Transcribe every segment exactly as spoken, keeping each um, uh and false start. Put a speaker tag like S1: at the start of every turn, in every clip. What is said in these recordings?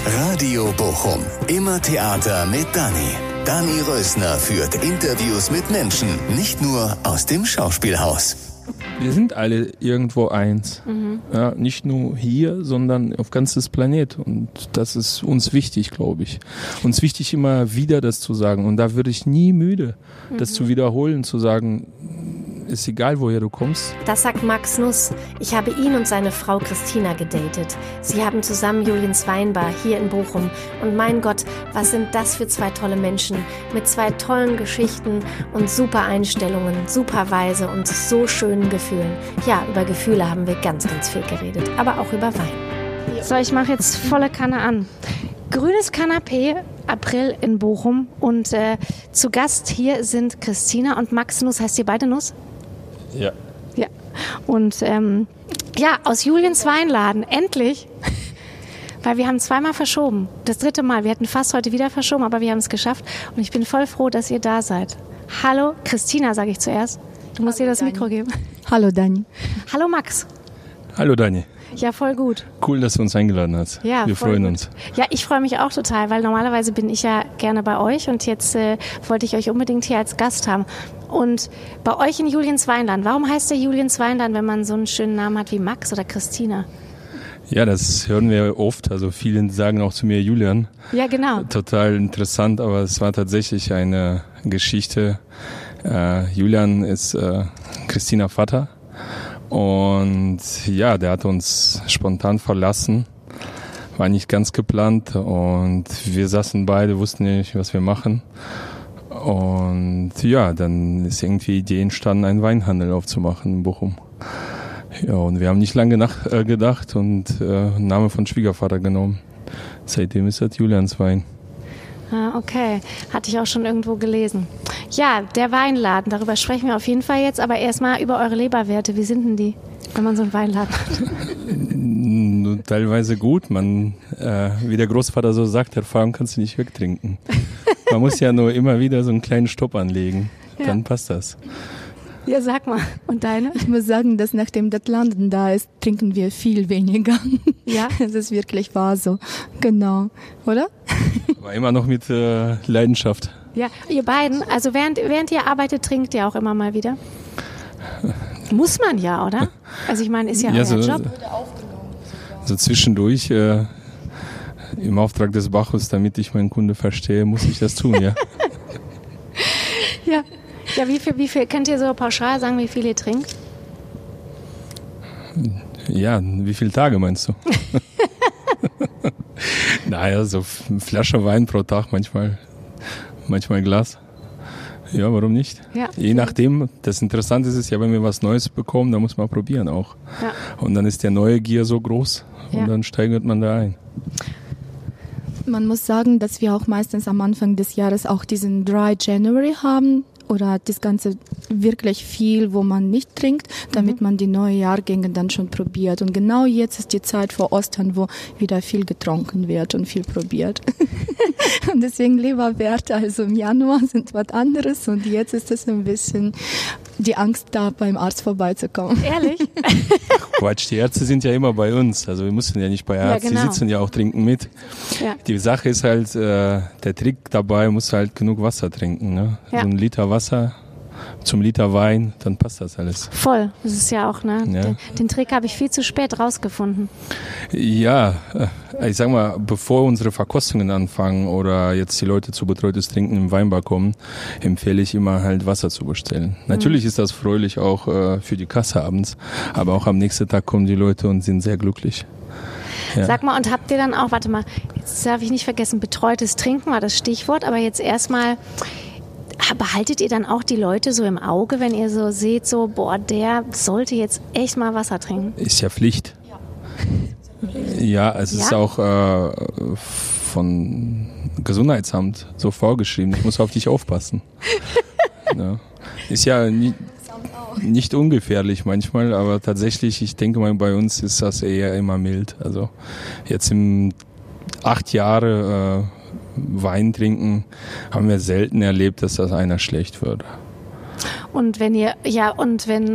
S1: Radio Bochum. Immer Theater mit Dani. Dani Rösner führt Interviews mit Menschen, nicht nur aus dem Schauspielhaus.
S2: Wir sind alle irgendwo eins. Mhm. Ja, nicht nur hier, sondern auf ganzes Planet. Und das ist uns wichtig, glaube ich. Uns wichtig, immer wieder das zu sagen. Und da würde ich nie müde, mhm. das zu wiederholen, zu sagen, ist egal, woher du kommst.
S3: Das sagt Max Nuss. Ich habe ihn und seine Frau Christina gedatet. Sie haben zusammen Juliens Weinbar hier in Bochum. Und mein Gott, was sind das für zwei tolle Menschen. Mit zwei tollen Geschichten und super Einstellungen, super Weise und so schönen Gefühlen. Ja, über Gefühle haben wir ganz, ganz viel geredet. Aber auch über Wein. So, ich mache jetzt volle Kanne an. Grünes Kanapee, April in Bochum. Und äh, zu Gast hier sind Christina und Max Nuss. Heißt ihr beide Nuss?
S2: Ja.
S3: Ja. Und ähm, ja, aus Juliens Weinladen, endlich. Weil wir haben zweimal verschoben. Das dritte Mal. Wir hätten fast heute wieder verschoben, aber wir haben es geschafft. Und ich bin voll froh, dass ihr da seid. Hallo, Christina, sage ich zuerst. Du musst
S4: Hallo,
S3: dir das
S4: Dani.
S3: Mikro geben.
S4: Hallo, Dani.
S3: Hallo, Max.
S2: Hallo, Dani.
S3: Ja, voll gut.
S2: Cool, dass du uns eingeladen hast.
S3: Ja,
S2: wir freuen
S3: gut.
S2: uns.
S3: Ja, ich freue mich auch total, weil normalerweise bin ich ja gerne bei euch und jetzt äh, wollte ich euch unbedingt hier als Gast haben. Und bei euch in Juliens Weinland, warum heißt der Juliens Weinland, wenn man so einen schönen Namen hat wie Max oder Christina?
S2: Ja, das hören wir oft. Also viele sagen auch zu mir Julian.
S3: Ja, genau.
S2: Total interessant, aber es war tatsächlich eine Geschichte. Äh, Julian ist äh, Christina Vater. Und ja, der hat uns spontan verlassen, war nicht ganz geplant und wir saßen beide, wussten nicht, was wir machen. Und ja, dann ist irgendwie die Idee entstanden, einen Weinhandel aufzumachen in Bochum. Ja, und wir haben nicht lange nachgedacht und äh, Name von Schwiegervater genommen. Seitdem ist das Julians Wein.
S3: Ah, okay. Hatte ich auch schon irgendwo gelesen. Ja, der Weinladen, darüber sprechen wir auf jeden Fall jetzt, aber erstmal über eure Leberwerte. Wie sind denn die, wenn man so einen Weinladen hat?
S2: Teilweise gut. Man, äh, wie der Großvater so sagt, Erfahrung kannst du nicht wegtrinken. Man muss ja nur immer wieder so einen kleinen Stopp anlegen. Ja. Dann passt das.
S3: Ja, sag mal. Und deine?
S4: Ich muss sagen, dass nachdem das Landen da ist, trinken wir viel weniger.
S3: Ja?
S4: Das ist wirklich wahr so. Genau. Oder?
S2: Aber immer noch mit äh, Leidenschaft.
S3: Ja, ihr beiden, also während, während ihr arbeitet, trinkt ihr auch immer mal wieder? Muss man ja, oder? Also ich meine, ist ja, ja euer so, Job.
S2: So zwischendurch, äh, im Auftrag des Bacchus, damit ich meinen Kunde verstehe, muss ich das tun, ja.
S3: Ja. Ja, wie viel, wie viel, könnt ihr so pauschal sagen, wie viel ihr trinkt?
S2: Ja, wie viele Tage meinst du? Naja, so eine Flasche Wein pro Tag, manchmal, manchmal Glas. Ja, warum nicht?
S3: Ja.
S2: Je nachdem, das Interessante ist ja, wenn wir was Neues bekommen, dann muss man probieren auch.
S3: Ja.
S2: Und dann ist der neue Gier so groß und ja. dann steigert man da ein.
S4: Man muss sagen, dass wir auch meistens am Anfang des Jahres auch diesen Dry January haben. Oder das Ganze wirklich viel, wo man nicht trinkt, damit mhm. man die neuen Jahrgänge dann schon probiert. Und genau jetzt ist die Zeit vor Ostern, wo wieder viel getrunken wird und viel probiert. Und deswegen Leberwerte, also im Januar sind was anderes und jetzt ist es ein bisschen die Angst da, beim Arzt vorbeizukommen.
S3: Ehrlich?
S2: Quatsch, die Ärzte sind ja immer bei uns. Also wir müssen ja nicht bei Arzt, ja, genau. Die sitzen ja auch trinken mit. Ja. Die Sache ist halt, äh, der Trick dabei, muss halt genug Wasser trinken. Ne?
S3: Ja.
S2: So ein Liter Wasser zum Liter Wein, dann passt das alles.
S3: Voll, das ist ja auch, ne? Ja. Den, den Trick habe ich viel zu spät rausgefunden.
S2: Ja, ich sag mal, bevor unsere Verkostungen anfangen oder jetzt die Leute zu betreutes Trinken im Weinbar kommen, empfehle ich immer halt Wasser zu bestellen. Mhm. Natürlich ist das fröhlich auch äh, für die Kasse abends, aber auch am nächsten Tag kommen die Leute und sind sehr glücklich. Ja.
S3: Sag mal, und habt ihr dann auch, warte mal, jetzt darf ich nicht vergessen, betreutes Trinken war das Stichwort, aber jetzt erstmal, behaltet ihr dann auch die Leute so im Auge, wenn ihr so seht, so, boah, der sollte jetzt echt mal Wasser trinken?
S2: Ist ja Pflicht. Ja, ja es ja? ist auch äh, von Gesundheitsamt so vorgeschrieben. Ich muss auf dich aufpassen. Ja. Ist ja nie, nicht ungefährlich manchmal, aber tatsächlich, ich denke mal, bei uns ist das eher immer mild. Also jetzt in acht Jahre äh, Wein trinken, haben wir selten erlebt, dass das einer schlecht wird.
S3: Und wenn ihr, ja, und wenn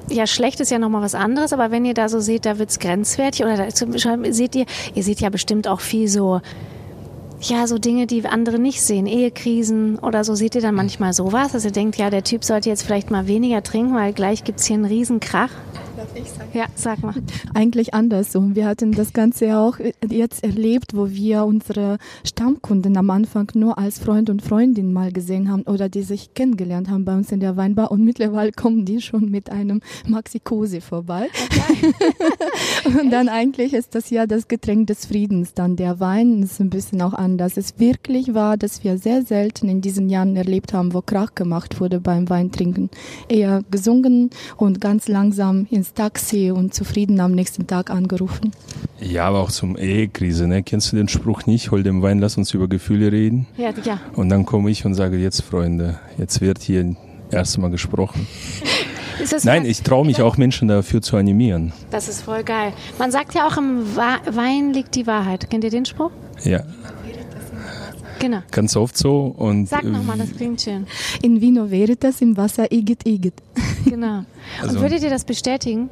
S3: ja, schlecht ist ja nochmal was anderes, aber wenn ihr da so seht, da wird's grenzwertig oder da seht ihr, ihr seht ja bestimmt auch viel so, ja, so Dinge, die andere nicht sehen, Ehekrisen oder so, seht ihr dann manchmal sowas, dass ihr denkt, ja, der Typ sollte jetzt vielleicht mal weniger trinken, weil gleich gibt's hier einen Riesenkrach? Darf ich sagen? Ja, sag mal.
S4: Eigentlich andersrum. Wir hatten das Ganze ja auch jetzt erlebt, wo wir unsere Stammkunden am Anfang nur als Freund und Freundin mal gesehen haben oder die sich kennengelernt haben bei uns in der Weinbar und mittlerweile kommen die schon mit einem Maxi-Cosi vorbei. Okay. Und dann eigentlich ist das ja das Getränk des Friedens. Dann der Wein ist ein bisschen auch anders. Es wirklich war, dass wir sehr selten in diesen Jahren erlebt haben, wo Krach gemacht wurde beim Weintrinken. Eher gesungen und ganz langsam ins Taxi und zufrieden am nächsten Tag angerufen.
S2: Ja, aber auch zum Ehekrise, ne? Kennst du den Spruch nicht? Hol den Wein, lass uns über Gefühle reden.
S3: Ja, ja.
S2: Und dann komme ich und sage, jetzt Freunde, jetzt wird hier erstmal gesprochen. Nein, ich traue mich auch Menschen dafür zu animieren.
S3: Das ist voll geil. Man sagt ja auch, im Wein liegt die Wahrheit. Kennt ihr den Spruch?
S2: Ja.
S3: Genau.
S2: Ganz oft so. Und
S3: sag nochmal, das klingt schön.
S4: In vino veritas, im Wasser igitt igitt.
S3: Genau.
S2: Also,
S3: und würdet ihr das bestätigen?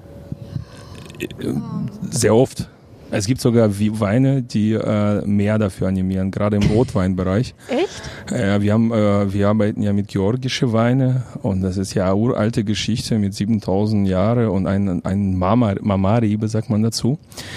S2: Sehr oft. Es gibt sogar Weine, die äh, mehr dafür animieren, gerade im Rotweinbereich.
S3: Echt?
S2: Äh, wir, haben, äh, wir arbeiten ja mit georgischen Weine und das ist ja eine uralte Geschichte mit siebentausend Jahren und ein, ein Mama, Mama-Rebe, sagt man dazu.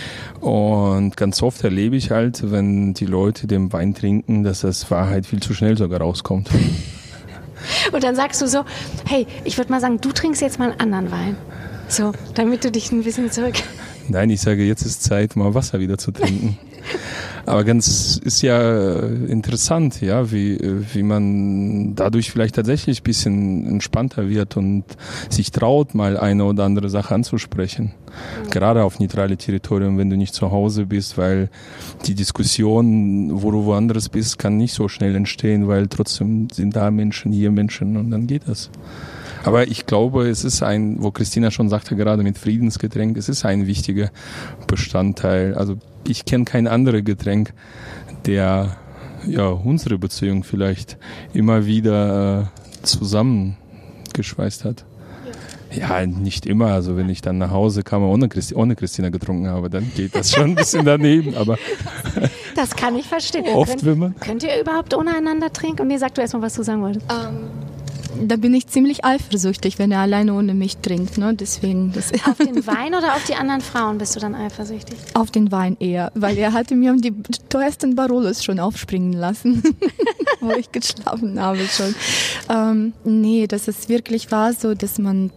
S2: Und ganz oft erlebe ich halt, wenn die Leute den Wein trinken, dass das Wahrheit viel zu schnell sogar rauskommt.
S3: Und dann sagst du so, hey, ich würde mal sagen, du trinkst jetzt mal einen anderen Wein. So, damit du dich ein bisschen zurück...
S2: Nein, ich sage, jetzt ist Zeit, mal Wasser wieder zu trinken. Aber ganz ist ja interessant, ja, wie, wie man dadurch vielleicht tatsächlich ein bisschen entspannter wird und sich traut, mal eine oder andere Sache anzusprechen. Mhm. Gerade auf neutrale Territorium, wenn du nicht zu Hause bist, weil die Diskussion, wo du woanders bist, kann nicht so schnell entstehen, weil trotzdem sind da Menschen, hier Menschen und dann geht das. Aber ich glaube, es ist ein, wo Christina schon sagte gerade mit Friedensgetränk, es ist ein wichtiger Bestandteil. Also ich kenne kein anderes Getränk, der ja unsere Beziehung vielleicht immer wieder äh, zusammengeschweißt hat. Ja. ja, nicht immer. Also wenn ich dann nach Hause kam und ohne, Christi, ohne Christina getrunken habe, dann geht das schon ein bisschen daneben. Aber
S3: das kann ich verstehen.
S2: Oft,
S3: könnt,
S2: wenn man
S3: könnt ihr überhaupt ohne einander trinken? Und nee, sag du erstmal, was du sagen wolltest.
S4: Um. Da bin ich ziemlich eifersüchtig, wenn er alleine ohne mich trinkt. Ne? Deswegen, das
S3: auf den Wein oder auf die anderen Frauen bist du dann eifersüchtig?
S4: Auf den Wein eher, weil er hatte mir die teuersten Barolos schon aufspringen lassen, wo ich geschlafen habe schon. Ähm, nee, das ist wirklich wahr so, dass man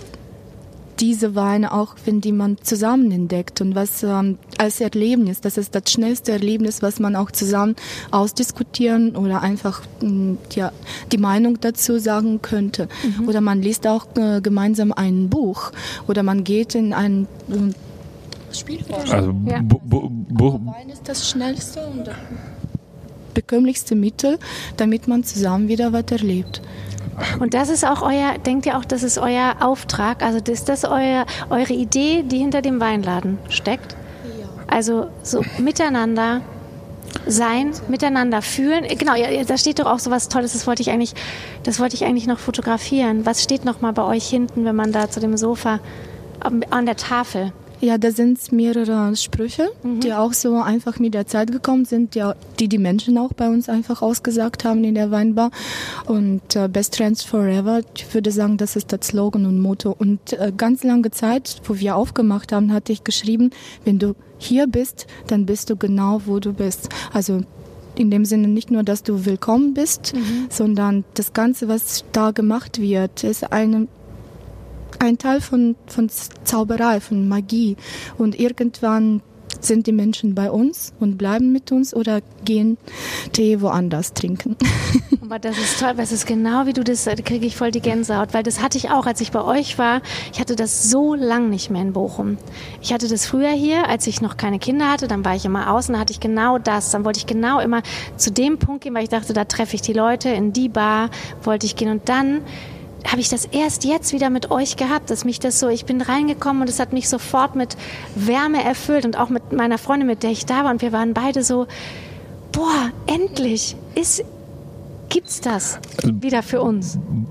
S4: diese Weine auch, wenn die man zusammen entdeckt und was ähm, als Erlebnis, das ist das schnellste Erlebnis, was man auch zusammen ausdiskutieren oder einfach mh, ja, die Meinung dazu sagen könnte. Mhm. Oder man liest auch äh, gemeinsam ein Buch oder man geht in ein äh, Spielforschung.
S2: Also
S4: ja.
S2: bu- bu- bu-
S4: Wein ist das schnellste und bekömmlichste Mittel, damit man zusammen wieder was erlebt.
S3: Und das ist auch euer, denkt ihr auch, das ist euer Auftrag? Also ist das euer, eure Idee, die hinter dem Weinladen steckt? Ja. Also so miteinander sein, miteinander fühlen. Genau, ja, da steht doch auch so was Tolles, das wollte ich eigentlich, das wollte ich eigentlich noch fotografieren. Was steht noch mal bei euch hinten, wenn man da zu dem Sofa an der Tafel?
S4: Ja, da sind mehrere Sprüche, mhm. die auch so einfach mit der Zeit gekommen sind, die die, die Menschen auch bei uns einfach ausgesagt haben in der Weinbar. Und äh, Best Friends Forever, ich würde sagen, das ist das Slogan und Motto. Und äh, ganz lange Zeit, wo wir aufgemacht haben, hatte ich geschrieben, wenn du hier bist, dann bist du genau, wo du bist. Also in dem Sinne nicht nur, dass du willkommen bist, mhm. sondern das Ganze, was da gemacht wird, ist eine ein Teil von, von Zauberei, von Magie. Und irgendwann sind die Menschen bei uns und bleiben mit uns oder gehen Tee woanders trinken.
S3: Aber das ist toll, weil es ist genau wie du das, da kriege ich voll die Gänsehaut, weil das hatte ich auch, als ich bei euch war. Ich hatte das so lang nicht mehr in Bochum. Ich hatte das früher hier, als ich noch keine Kinder hatte, dann war ich immer außen, da hatte ich genau das. Dann wollte ich genau immer zu dem Punkt gehen, weil ich dachte, da treffe ich die Leute, in die Bar wollte ich gehen. Und dann habe ich das erst jetzt wieder mit euch gehabt, dass mich das so, ich bin reingekommen und es hat mich sofort mit Wärme erfüllt und auch mit meiner Freundin, mit der ich da war und wir waren beide so, boah, endlich ist, gibt's das wieder für uns.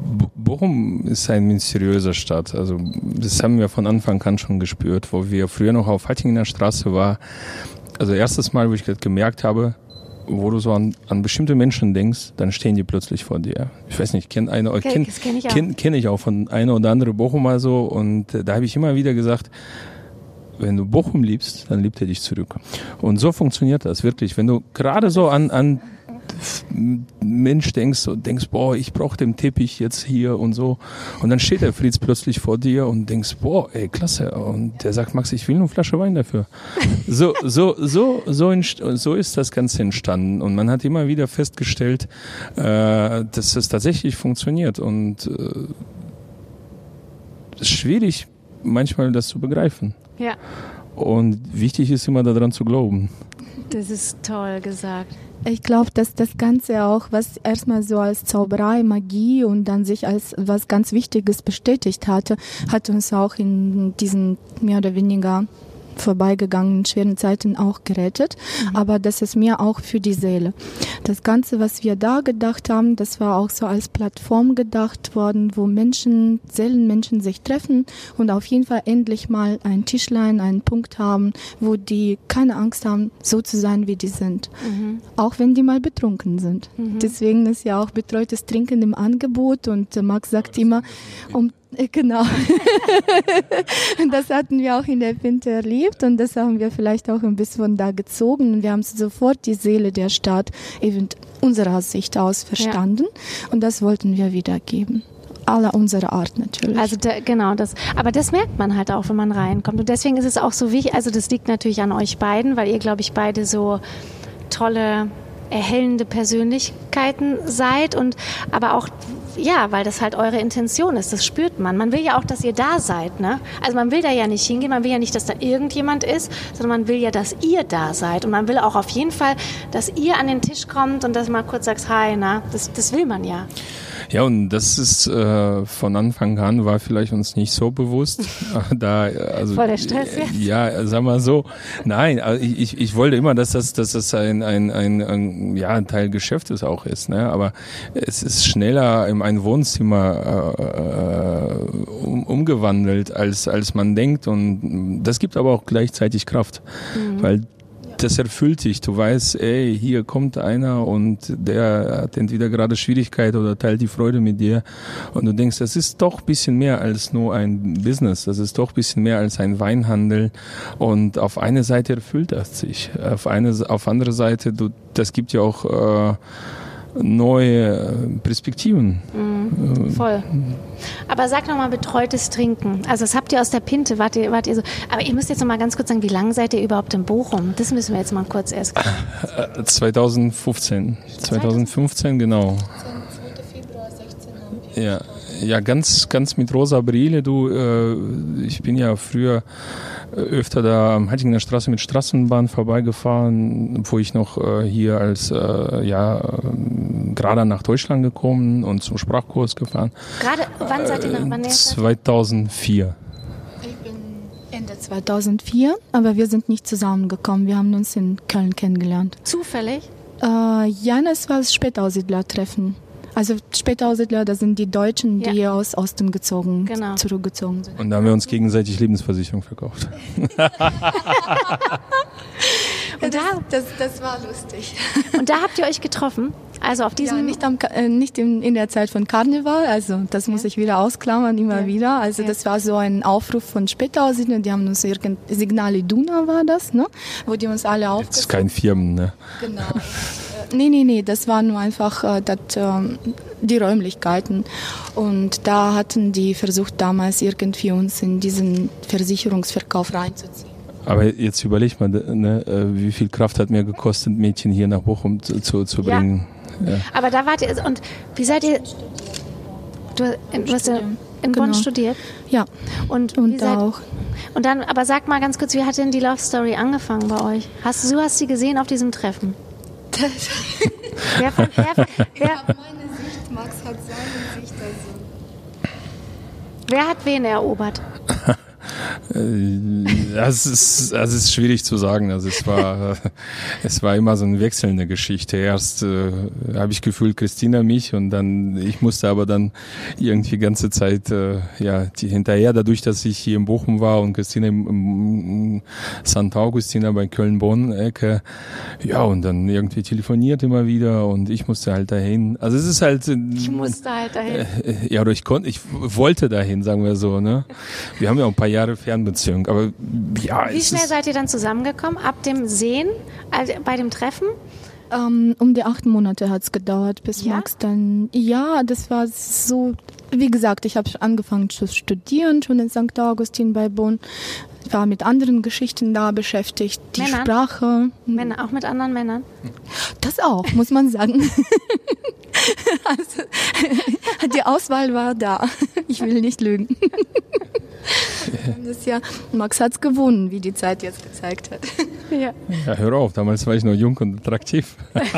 S2: Bochum ist eine mysteriöse Stadt. Also das haben wir von Anfang an schon gespürt, wo wir früher noch auf Hattingener Straße waren. Also erstes Mal, wo ich gemerkt habe, wo du so an, an bestimmte Menschen denkst, dann stehen die plötzlich vor dir. Ich weiß nicht, kenne eine,
S3: okay,
S2: kenn,
S3: das kenn ich auch.
S2: Kenn, kenn ich auch von einer oder anderen Bochumer so. Und äh, da habe ich immer wieder gesagt, wenn du Bochum liebst, dann liebt er dich zurück. Und so funktioniert das wirklich. Wenn du gerade so an, an Mensch denkst und denkst, boah, ich brauche den Teppich jetzt hier und so. Und dann steht der Fritz plötzlich vor dir und denkst, boah, ey, klasse. Und der sagt, Max, ich will nur eine Flasche Wein dafür. So, so, so, so, so ist das Ganze entstanden. Und man hat immer wieder festgestellt, äh, dass es tatsächlich funktioniert. Und äh, es ist schwierig, manchmal das zu begreifen.
S3: Ja.
S2: Und wichtig ist immer daran zu glauben.
S3: Das ist toll gesagt.
S4: Ich glaube, dass das Ganze auch, was erstmal so als Zauberei, Magie und dann sich als was ganz Wichtiges bestätigt hatte, hat uns auch in diesen mehr oder weniger vorbeigegangenen schweren Zeiten auch gerettet. Mhm. Aber das ist mir auch für die Seele. Das Ganze, was wir da gedacht haben, das war auch so als Plattform gedacht worden, wo Menschen, Seelenmenschen sich treffen und auf jeden Fall endlich mal ein Tischlein, einen Punkt haben, wo die keine Angst haben, so zu sein, wie die sind. Mhm. Auch wenn die mal betrunken sind. Mhm. Deswegen ist ja auch betreutes Trinken im Angebot und Max sagt immer, um genau. Das hatten wir auch in der Pinte erlebt und das haben wir vielleicht auch ein bisschen von da gezogen und wir haben sofort die Seele der Stadt eben unserer Sicht aus verstanden ja. Und das wollten wir wiedergeben. Aller unserer Art natürlich.
S3: Also da, genau, das, aber das merkt man halt auch, wenn man reinkommt und deswegen ist es auch so wichtig, also das liegt natürlich an euch beiden, weil ihr, glaube ich, beide so tolle, erhellende Persönlichkeiten seid und aber auch ja, weil das halt eure Intention ist, das spürt man. Man will ja auch, dass ihr da seid, ne? Also man will da ja nicht hingehen, man will ja nicht, dass da irgendjemand ist, sondern man will ja, dass ihr da seid. Und man will auch auf jeden Fall, dass ihr an den Tisch kommt und dass man kurz sagt, hi, na, das, das will man ja.
S2: Ja, und das ist äh, von Anfang an war vielleicht uns nicht so bewusst. da, also,
S3: Voll der Stress jetzt?
S2: Ja, sag mal so. Nein, also ich, ich wollte immer, dass das, dass das ein, ein, ein, ein, ja, ein Teil Geschäftes auch ist. Ne? Aber es ist schneller in ein Wohnzimmer äh, um, umgewandelt, als, als man denkt. Und das gibt aber auch gleichzeitig Kraft. Mhm. Weil das erfüllt dich. Du weißt, ey, hier kommt einer und der hat entweder gerade Schwierigkeit oder teilt die Freude mit dir. Und du denkst, das ist doch ein bisschen mehr als nur ein Business. Das ist doch ein bisschen mehr als ein Weinhandel. Und auf eine Seite erfüllt das sich. Auf eine, auf andere Seite, du, das gibt ja auch äh, neue Perspektiven.
S3: Mhm, voll. Aber sag nochmal, betreutes Trinken. Also das habt ihr aus der Pinte, wart ihr, wart ihr so. Aber ihr müsst jetzt nochmal ganz kurz sagen, wie lange seid ihr überhaupt in Bochum? Das müssen wir jetzt mal kurz erst klären.
S2: zwanzig fünfzehn. zwanzig fünfzehn, genau.
S4: zweiter Februar sechzehn haben wir.
S2: Ja, ja, ganz, ganz mit rosa Brille. Du, äh, ich bin ja früher öfter da am Hattingener Straße mit Straßenbahn vorbeigefahren, wo ich noch äh, hier als äh, ja äh, gerade nach Deutschland gekommen und zum Sprachkurs gefahren.
S3: Gerade, wann seid ihr nach wann
S2: äh, zweitausendvier.
S4: Ich bin Ende zweitausendvier, aber wir sind nicht zusammengekommen. Wir haben uns in Köln kennengelernt.
S3: Zufällig?
S4: Äh, ja, es war das Spätaussiedler-Treffen. Also Spätaussiedler, das sind die Deutschen, die ja. aus Osten gezogen,
S3: genau.
S4: zurückgezogen sind.
S2: Und da haben wir uns gegenseitig Lebensversicherung verkauft.
S4: Und da, das, das war lustig.
S3: Und da habt ihr euch getroffen? Also auf diesem...
S4: Ja, nicht, am, äh, nicht in, in der Zeit von Karneval, also das ja. muss ich wieder ausklammern, immer ja. wieder. Also ja. das war so ein Aufruf von Spätaussiedlern, die haben uns irgend Signal Iduna war das, ne? Wo die uns alle aufgerufen haben.
S2: Das ist kein Firmen, ne?
S4: Genau. Nee, nee, nee, das war nur einfach äh, dat, äh, die Räumlichkeiten. Und da hatten die versucht, damals irgendwie uns in diesen Versicherungsverkauf reinzuziehen.
S2: Aber jetzt überleg mal, ne, wie viel Kraft hat mir gekostet, Mädchen hier nach Bochum zu, zu, zu bringen. Ja. Ja.
S3: Aber da wart ihr, und wie seid ihr, du, du hast ja in Bonn genau. studiert?
S4: Ja,
S3: und,
S4: und
S3: wie seid,
S4: auch.
S3: Und dann, aber sag mal ganz kurz, wie hat denn die Love Story angefangen bei euch? Hast, du hast sie gesehen auf diesem Treffen? wer, wer, wer, wer,
S4: ich habe meine Sicht, Max hat seine Sicht. Also.
S3: Wer hat wen erobert?
S2: Das ist, das ist schwierig zu sagen. Also es war, es war immer so eine wechselnde Geschichte. Erst äh, habe ich gefühlt Christina mich und dann, ich musste aber dann irgendwie ganze Zeit, äh, ja, die hinterher, dadurch, dass ich hier in Bochum war und Christina im, im Sankt Augustina bei Köln-Bonn-Ecke, ja, und dann irgendwie telefoniert immer wieder und ich musste halt dahin. Also es ist halt...
S3: Ich musste halt dahin.
S2: Äh, ja, oder ich konnte, ich wollte dahin, sagen wir so, ne? Wir haben ja auch ein paar Jahre Fernbeziehung, aber ja.
S3: Wie schnell seid ihr dann zusammengekommen? Ab dem Sehen, also bei dem Treffen?
S4: Ähm, um die acht Monate hat es gedauert, bis
S3: Ja?
S4: Max dann, ja, das war so, wie gesagt, ich habe angefangen zu studieren, schon in Sankt Augustin bei Bonn, war mit anderen Geschichten da beschäftigt, die
S3: Männern?
S4: Sprache.
S3: Männer, auch mit anderen Männern?
S4: Das auch, muss man sagen. Also, die Auswahl war da. Ich will nicht lügen. Das ja, Max hat's gewonnen, wie die Zeit jetzt gezeigt hat.
S3: Ja.
S2: Ja, hör auf, damals war ich noch jung und attraktiv.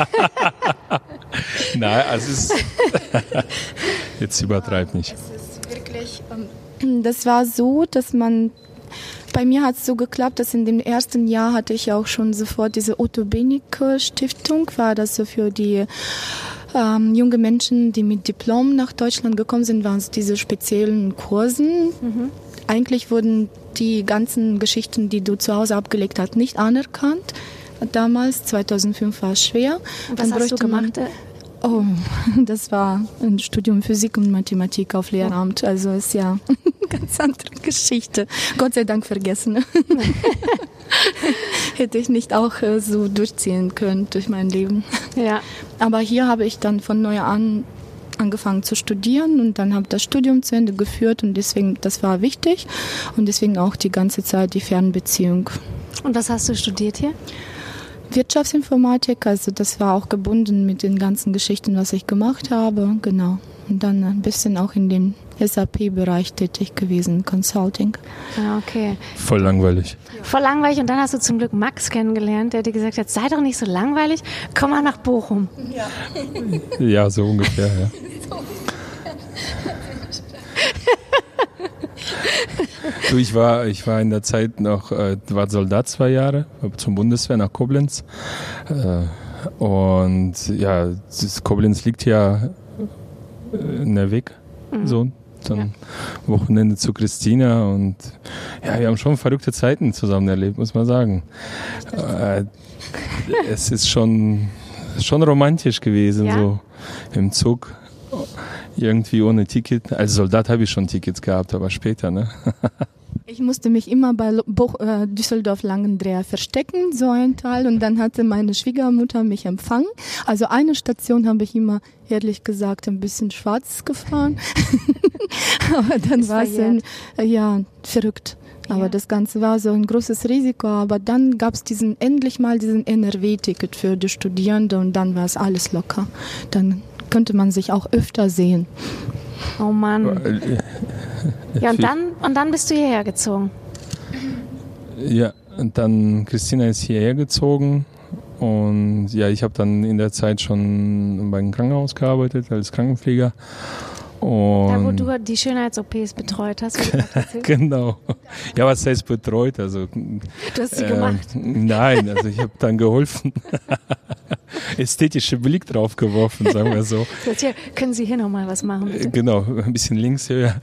S2: Nein, also es ist, jetzt übertreib nicht.
S4: Es ist wirklich, ähm, das war so, dass man, bei mir hat es so geklappt, dass in dem ersten Jahr hatte ich auch schon sofort diese Otto Benecke Stiftung, war das so für die ähm, junge Menschen, die mit Diplom nach Deutschland gekommen sind, waren es diese speziellen Kursen. Mhm. Eigentlich wurden die ganzen Geschichten, die du zu Hause abgelegt hast, nicht anerkannt. Damals, zweitausendfünf, war es schwer.
S3: Und was
S4: Dann
S3: hast du gemacht?
S4: Man, oh, das war ein Studium Physik und Mathematik auf Lehramt. Also ist ja eine ganz andere Geschichte. Gott sei Dank vergessen. Hätte ich nicht auch äh, so durchziehen können durch mein Leben.
S3: Ja.
S4: Aber hier habe ich dann von neu an angefangen zu studieren und dann habe das Studium zu Ende geführt und deswegen, das war wichtig und deswegen auch die ganze Zeit die Fernbeziehung.
S3: Und was hast du studiert hier?
S4: Wirtschaftsinformatik, also das war auch gebunden mit den ganzen Geschichten, was ich gemacht habe, genau. Und dann ein bisschen auch in dem S A P-Bereich tätig gewesen, Consulting.
S3: Ah, okay.
S2: Voll langweilig.
S3: Voll langweilig und dann hast du zum Glück Max kennengelernt, der dir gesagt hat, sei doch nicht so langweilig, komm mal nach Bochum.
S4: Ja,
S2: Ja, so ungefähr, ja. Du, ich war, ich war in der Zeit noch, äh, war Soldat zwei Jahre, zum Bundeswehr nach Koblenz. Äh, und ja, das Koblenz liegt ja in der Weg, mhm. so. Dann ja. Wochenende zu Christina und ja, wir haben schon verrückte Zeiten zusammen erlebt, muss man sagen. Äh, es ist schon, schon romantisch gewesen, ja? So im Zug. Irgendwie ohne Ticket. Als Soldat habe ich schon Tickets gehabt, aber später, ne?
S4: Ich musste mich immer bei Bo- äh, Düsseldorf-Langendreher verstecken, so ein Teil. Und dann hatte meine Schwiegermutter mich empfangen. Also eine Station habe ich immer, ehrlich gesagt, ein bisschen schwarz gefahren. Aber dann war es ein, äh, ja, verrückt. Aber ja. Das Ganze war so ein großes Risiko. Aber dann gab es diesen, endlich mal diesen N R W-Ticket für die Studierenden und dann war es alles locker. Dann könnte man sich auch öfter sehen.
S3: Oh Mann. Ja, und dann, und dann bist du hierher gezogen.
S2: Ja, und dann Christina ist hierher gezogen und ja, ich habe dann in der Zeit schon beim Krankenhaus gearbeitet als Krankenpfleger. Und
S3: da, wo du die Schönheits-O Ps betreut hast.
S2: Genau. Ja, was heißt betreut? Also,
S3: du hast sie
S2: äh,
S3: gemacht.
S2: Nein, also ich habe dann geholfen. Ästhetische Blick drauf geworfen, sagen wir so.
S3: Hier, können Sie hier nochmal was machen, bitte?
S2: Genau, ein bisschen links höher.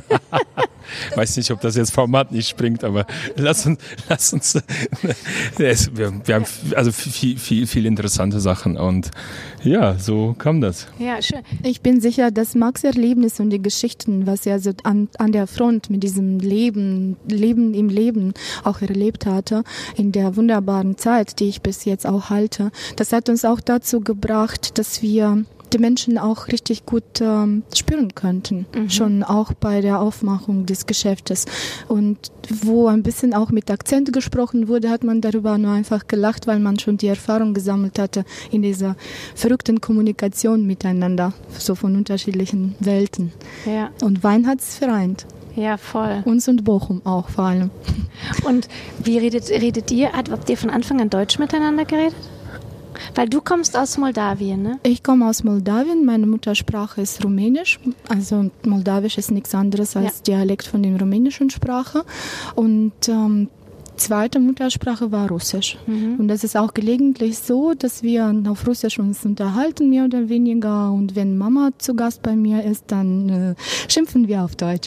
S2: Weiß nicht, ob das jetzt Format nicht springt, aber lass uns, lass uns, wir, wir haben also viel, viel, viel interessante Sachen und ja, so kam das.
S3: Ja, schön.
S4: Ich bin sicher, dass Max Erlebnis und die Geschichten, was er so an, an der Front mit diesem Leben, Leben im Leben auch erlebt hatte, in der wunderbaren Zeit, die ich bis jetzt auch halte, das hat uns auch dazu gebracht, dass wir die Menschen auch richtig gut ähm, spüren könnten, mhm. schon auch bei der Aufmachung des Geschäftes. Und wo ein bisschen auch mit Akzent gesprochen wurde, hat man darüber nur einfach gelacht, weil man schon die Erfahrung gesammelt hatte in dieser verrückten Kommunikation miteinander, so von unterschiedlichen Welten.
S3: Ja.
S4: Und Wein hat es vereint.
S3: Ja, voll.
S4: Uns und Bochum auch vor allem.
S3: Und wie redet, redet ihr? Habt ihr von Anfang an Deutsch miteinander geredet? Weil du kommst aus Moldawien, ne?
S4: Ich komme aus Moldawien, meine Muttersprache ist Rumänisch, also Moldawisch ist nichts anderes als ja. Dialekt von der rumänischen Sprache und ähm, zweite Muttersprache war Russisch. Mhm. Und das ist auch gelegentlich so, dass wir auf Russisch uns unterhalten, mehr oder weniger. Und wenn Mama zu Gast bei mir ist, dann äh, schimpfen wir auf Deutsch.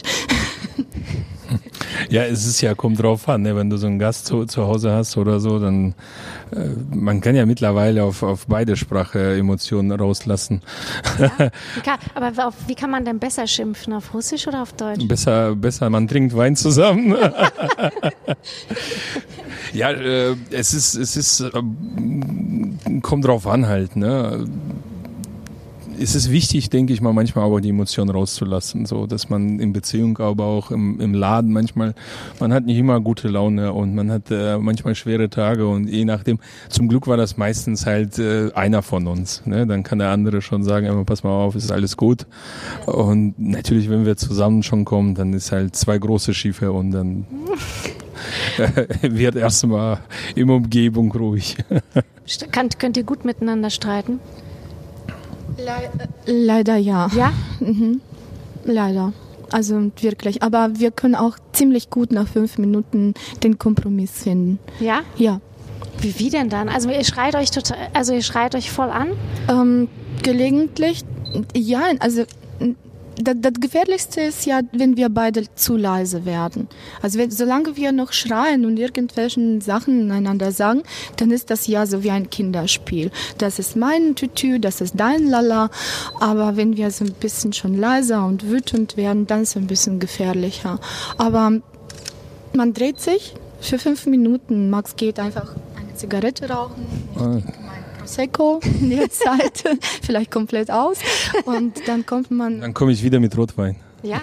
S2: Ja, es ist ja, kommt drauf an, ne? Wenn du so einen Gast zu, zu Hause hast oder so, dann äh, man kann ja mittlerweile auf, auf beide Sprache Emotionen rauslassen.
S3: Ja, wie kann, aber auf, wie kann man denn besser schimpfen, auf Russisch oder auf Deutsch?
S2: Besser, besser, man trinkt Wein zusammen. Ja, äh, es ist, es ist, äh, kommt drauf an halt, ne? Es ist wichtig, denke ich mal, manchmal aber die Emotionen rauszulassen, so, dass man in Beziehung, aber auch im, im Laden manchmal, man hat nicht immer gute Laune und man hat äh, manchmal schwere Tage und je nachdem, zum Glück war das meistens halt äh, einer von uns, ne? Dann kann der andere schon sagen, immer pass mal auf, ist alles gut und natürlich, wenn wir zusammen schon kommen, dann ist halt zwei große Schiffe und dann wird erstmal im Umgebung ruhig.
S3: Könnt, könnt ihr gut miteinander streiten?
S4: Le- Leider ja.
S3: Ja?
S4: Mhm. Leider. Also wirklich. Aber wir können auch ziemlich gut nach fünf Minuten den Kompromiss finden.
S3: Ja?
S4: Ja.
S3: Wie, wie denn dann? Also ihr schreit euch total, also ihr schreit euch voll an?
S4: Ähm, gelegentlich, ja, also das, das Gefährlichste ist ja, wenn wir beide zu leise werden. Also wenn, solange wir noch schreien und irgendwelchen Sachen einander sagen, dann ist das ja so wie ein Kinderspiel. Das ist mein Tütü, das ist dein Lala. Aber wenn wir so ein bisschen schon leiser und wütend werden, dann ist es ein bisschen gefährlicher. Aber man dreht sich für fünf Minuten. Max geht einfach eine Zigarette rauchen.
S2: Ah.
S4: Prosecco in der Zeit, vielleicht komplett aus und dann kommt man...
S2: Dann komme ich wieder mit Rotwein.
S3: Ja?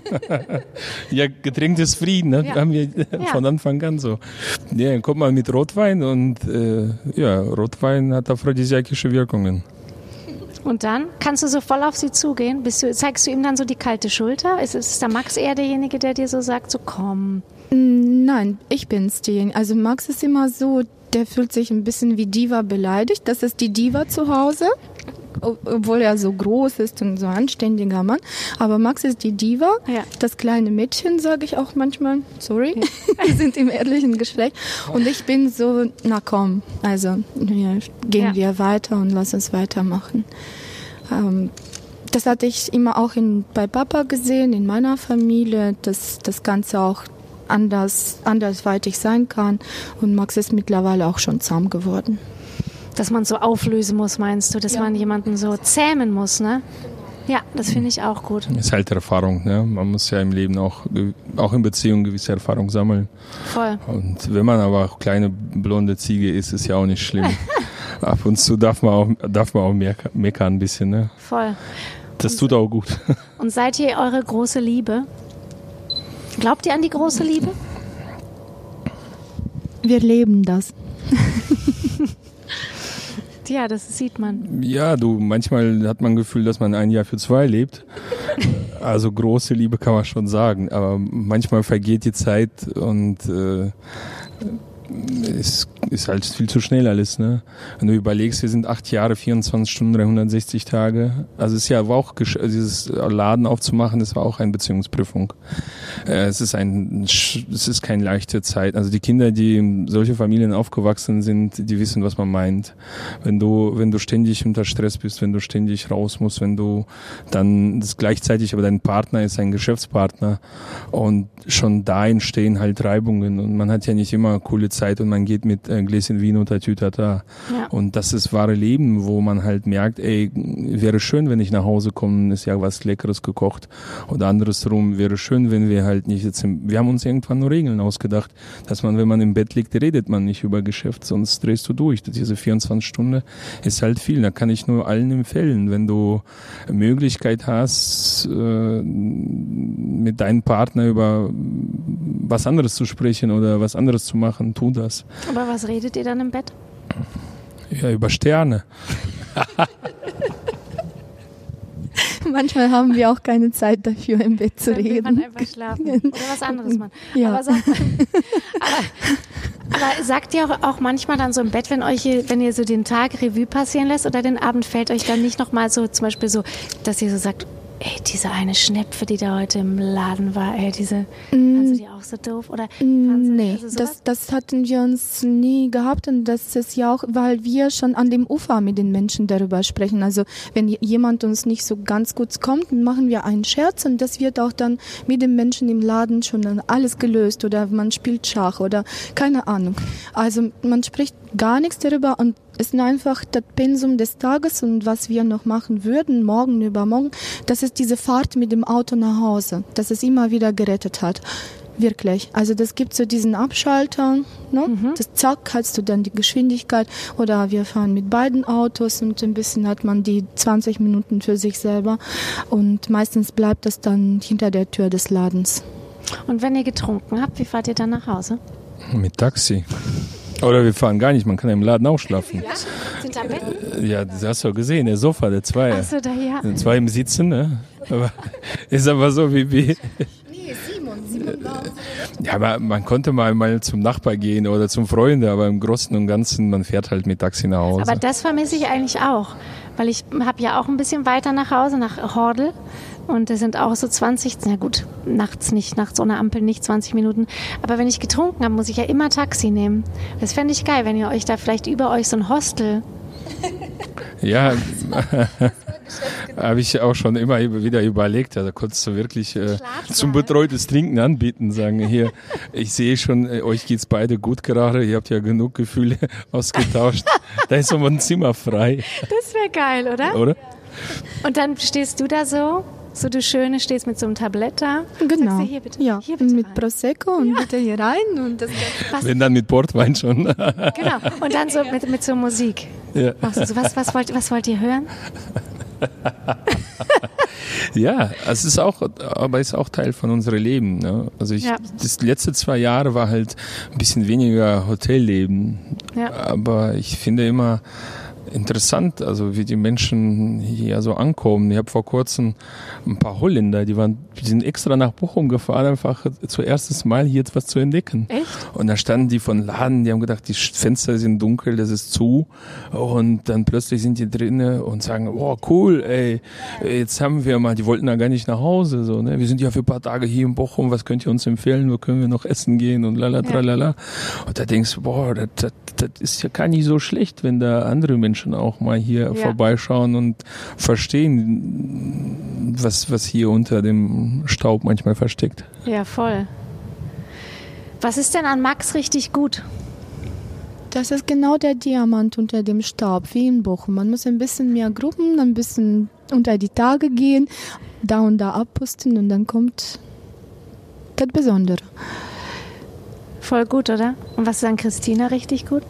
S2: Ja, Getränk des Frieden, ne?
S3: Ja.
S2: Haben wir
S3: Ja.
S2: von Anfang an so. Ja, dann kommt man mit Rotwein und äh, ja, Rotwein hat aphrodisiakische Wirkungen.
S3: Und dann kannst du so voll auf sie zugehen? Bist du, zeigst du ihm dann so die kalte Schulter? Ist, ist der Max eher derjenige, der dir so sagt, so komm?
S4: Nein, ich bin's diejenige. Also Max ist immer so, der fühlt sich ein bisschen wie Diva beleidigt. Das ist die Diva zu Hause, obwohl er so groß ist und so ein anständiger Mann. Aber Max ist die Diva,
S3: Ja.
S4: das kleine Mädchen, sage ich auch manchmal. Sorry, wir sind im ehrlichen Geschlecht. Und ich bin so, na komm, also ja, gehen
S3: Ja.
S4: wir weiter und lass uns weitermachen. Ähm, das hatte ich immer auch in, bei Papa gesehen, in meiner Familie, dass das Ganze auch anders, andersweitig sein kann. Und Max ist mittlerweile auch schon zahm geworden.
S3: Dass man so auflösen muss, meinst du? Dass
S4: Ja.
S3: man jemanden so zähmen muss, ne? Ja, das finde ich auch gut.
S2: Das ist halt Erfahrung, ne? Man muss ja im Leben auch, auch in Beziehungen gewisse Erfahrung sammeln.
S3: Voll.
S2: Und wenn man aber auch kleine blonde Ziege ist, ist ja auch nicht schlimm. Ab und zu darf man auch, darf man auch meck- meckern ein bisschen, ne?
S3: Voll.
S2: Das tut auch gut.
S3: Und seid ihr eure große Liebe? Glaubt ihr an die große Liebe?
S4: Wir leben das.
S3: Ja, das sieht man.
S2: Ja, du, manchmal hat man das Gefühl, dass man ein Jahr für zwei lebt. Also große Liebe kann man schon sagen, aber manchmal vergeht die Zeit und äh, es ist halt viel zu schnell alles, ne? Wenn du überlegst, wir sind acht Jahre, vierundzwanzig Stunden, dreihundertsechzig Tage. Also es ist ja war auch gesch- dieses Laden aufzumachen, das war auch eine Beziehungsprüfung. Äh, es ist ein, es ist keine leichte Zeit. Also die Kinder, die in solche Familien aufgewachsen sind, die wissen, was man meint. Wenn du, wenn du ständig unter Stress bist, wenn du ständig raus musst, wenn du dann das gleichzeitig, aber dein Partner ist ein Geschäftspartner und schon da entstehen halt Reibungen und man hat ja nicht immer coole Zeit und man geht mit äh, Gläschen Vino oder Tütata.
S3: Ja.
S2: Und das ist wahre Leben, wo man halt merkt, ey, wäre schön, wenn ich nach Hause komme, ist ja was Leckeres gekocht. Oder andersrum, wäre schön, wenn wir halt nicht jetzt, im, wir haben uns irgendwann nur Regeln ausgedacht, dass man, wenn man im Bett liegt, redet man nicht über Geschäft, sonst drehst du durch. Diese vierundzwanzig Stunden ist halt viel. Da kann ich nur allen empfehlen, wenn du Möglichkeit hast, äh, mit deinem Partner über was anderes zu sprechen oder was anderes zu machen, tu das.
S3: Aber was redet ihr dann im Bett?
S2: Ja, über Sterne.
S4: Manchmal haben wir auch keine Zeit dafür, im Bett zu
S3: Dann will man
S4: reden.
S3: einfach schlafen oder was anderes machen.
S4: Ja.
S3: Aber, sag mal, Aber sagt ihr auch, auch manchmal dann so im Bett, wenn euch, wenn ihr so den Tag Revue passieren lässt oder den Abend, fällt euch dann nicht nochmal so, zum Beispiel so, dass ihr so sagt, ey, diese eine Schnepfe, die da heute im Laden war, ey, diese, mm. fandst du die auch so doof? Oder
S4: nee, also das, das hatten wir uns nie gehabt und das ist ja auch, weil wir schon an dem Ufer mit den Menschen darüber sprechen. Also wenn jemand uns nicht so ganz gut kommt, machen wir einen Scherz und das wird auch dann mit den Menschen im Laden schon alles gelöst oder man spielt Schach oder keine Ahnung. Also man spricht gar nichts darüber und es ist einfach das Pensum des Tages und was wir noch machen würden, morgen, übermorgen, das ist diese Fahrt mit dem Auto nach Hause, dass es immer wieder gerettet hat. Wirklich. Also das gibt so diesen Abschalter, ne? Mhm. Das zack, hast du dann die Geschwindigkeit oder wir fahren mit beiden Autos und ein bisschen hat man die zwanzig Minuten für sich selber und meistens bleibt das dann hinter der Tür des Ladens.
S3: Und wenn ihr getrunken habt, wie fahrt ihr dann nach Hause?
S2: Mit Taxi. Oder wir fahren gar nicht, man kann im Laden auch schlafen.
S3: Ja? Sind da Betten?
S2: Ja, das hast du doch gesehen, der Sofa, der Zweier.
S3: Ach so, da ja.
S2: Der Zwei im Sitzen, ne? Aber ist aber so wie... wie
S4: nee, Simon, Simon war
S2: ja, aber man konnte mal, mal zum Nachbar gehen oder zum Freunde, aber im Großen und Ganzen, man fährt halt mit Taxi nach Hause.
S3: Aber das vermisse ich eigentlich auch, weil ich habe ja auch ein bisschen weiter nach Hause, nach Hordel. Und das sind auch so zwanzig, na gut, nachts nicht, nachts ohne Ampel nicht zwanzig Minuten. Aber wenn ich getrunken habe, muss ich ja immer Taxi nehmen. Das fände ich geil, wenn ihr euch da vielleicht über euch so ein Hostel...
S2: Ja, habe ich auch schon immer wieder überlegt. Also konntest du wirklich äh, zum betreutes Trinken anbieten, sagen, hier, ich sehe schon, äh, euch geht's beide gut gerade, ihr habt ja genug Gefühle ausgetauscht. Da ist aber ein Zimmer frei.
S3: Das wäre geil, oder?
S2: Oder?
S3: Und dann stehst du da so... So du Schöne stehst mit so einem Tablett da.
S4: Genau.
S3: Du, hier bitte,
S4: ja,
S3: hier bitte
S4: mit
S3: rein.
S4: Prosecco und ja. bitte hier rein. Und das
S2: Wenn dann mit Portwein schon.
S3: Genau. Und dann so mit, mit so Musik. Ja. Machst du so, was, was, wollt, was wollt ihr hören?
S2: Ja, es ist auch, aber ist auch Teil von unserem Leben. Ne? Also ich, ja. das letzte zwei Jahre war halt ein bisschen weniger Hotelleben. Ja. Aber ich finde immer interessant, also wie die Menschen hier so ankommen. Ich habe vor kurzem ein paar Holländer, die waren, die sind extra nach Bochum gefahren, einfach zuerstes Mal hier etwas zu entdecken.
S3: Echt?
S2: Und da standen die von Laden, die haben gedacht, die Fenster sind dunkel, das ist zu. Und dann plötzlich sind die drinnen und sagen, oh cool, ey, jetzt haben wir mal, die wollten da gar nicht nach Hause, so, ne? Wir sind ja für ein paar Tage hier in Bochum, was könnt ihr uns empfehlen, wo können wir noch essen gehen und lala, tralala. Ja. Und da denkst du, boah, das, das, das ist ja gar nicht so schlecht, wenn da andere Menschen auch mal hier ja. vorbeischauen und verstehen, was, was hier unter dem Staub manchmal versteckt.
S3: Ja, voll. Was ist denn an Max richtig gut?
S4: Das ist genau der Diamant unter dem Staub, wie in Bochum. Man muss ein bisschen mehr gruppen, ein bisschen unter die Tage gehen, da und da abpusten und dann kommt das Besondere.
S3: Voll gut, oder? Und was ist an Christina richtig gut?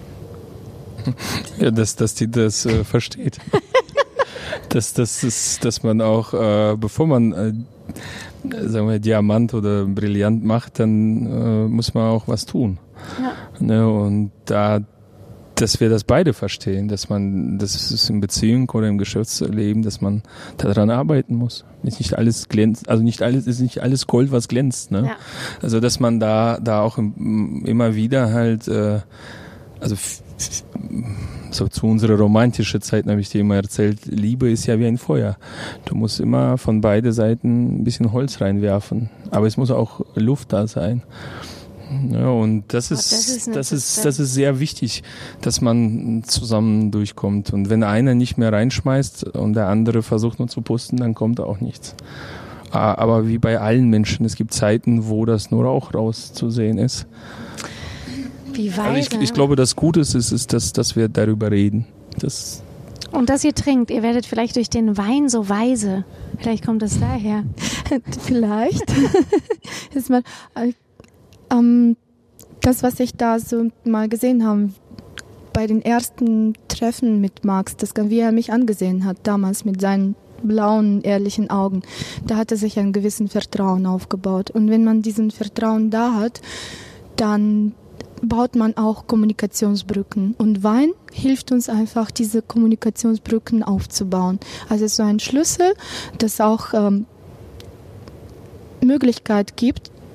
S2: Ja, dass, dass die das äh, versteht. dass, dass, dass, dass man auch, äh, bevor man äh, sagen wir Diamant oder Brillant macht, dann äh, muss man auch was tun. Ja. Ne, und da, dass wir das beide verstehen, dass man, das ist in Beziehung oder im Geschäftsleben, dass man daran arbeiten muss. Ist nicht alles glänzt, also nicht alles, ist nicht alles Gold, was glänzt, ne? Ja. Also, dass man da, da auch im, immer wieder halt, äh, also f- so zu unserer romantischen Zeit habe ich dir immer erzählt, Liebe ist ja wie ein Feuer. Du musst immer von beiden Seiten ein bisschen Holz reinwerfen, aber es muss auch Luft da sein. Ja, und das ist, oh, das ist, das ist, das ist sehr wichtig, dass man zusammen durchkommt. Und wenn einer nicht mehr reinschmeißt und der andere versucht nur zu pusten, dann kommt auch nichts. Aber wie bei allen Menschen, es gibt Zeiten, wo das nur auch rauszusehen ist.
S3: Wie weise.
S2: Also ich, ich glaube, das Gute ist, ist dass, dass wir darüber reden. Das
S3: und dass ihr trinkt, ihr werdet vielleicht durch den Wein so weise. Vielleicht kommt das daher.
S4: Vielleicht. Ist mal, ähm, das, was ich da so mal gesehen habe, bei den ersten Treffen mit Max, das, wie er mich angesehen hat, damals mit seinen blauen, ehrlichen Augen, da hatte sich ein gewissen Vertrauen aufgebaut. Und wenn man diesen Vertrauen da hat, dann baut man auch Kommunikationsbrücken. Und Wein hilft uns einfach, diese Kommunikationsbrücken aufzubauen. Also es ist so ein Schlüssel, das auch ähm, Möglichkeit gibt,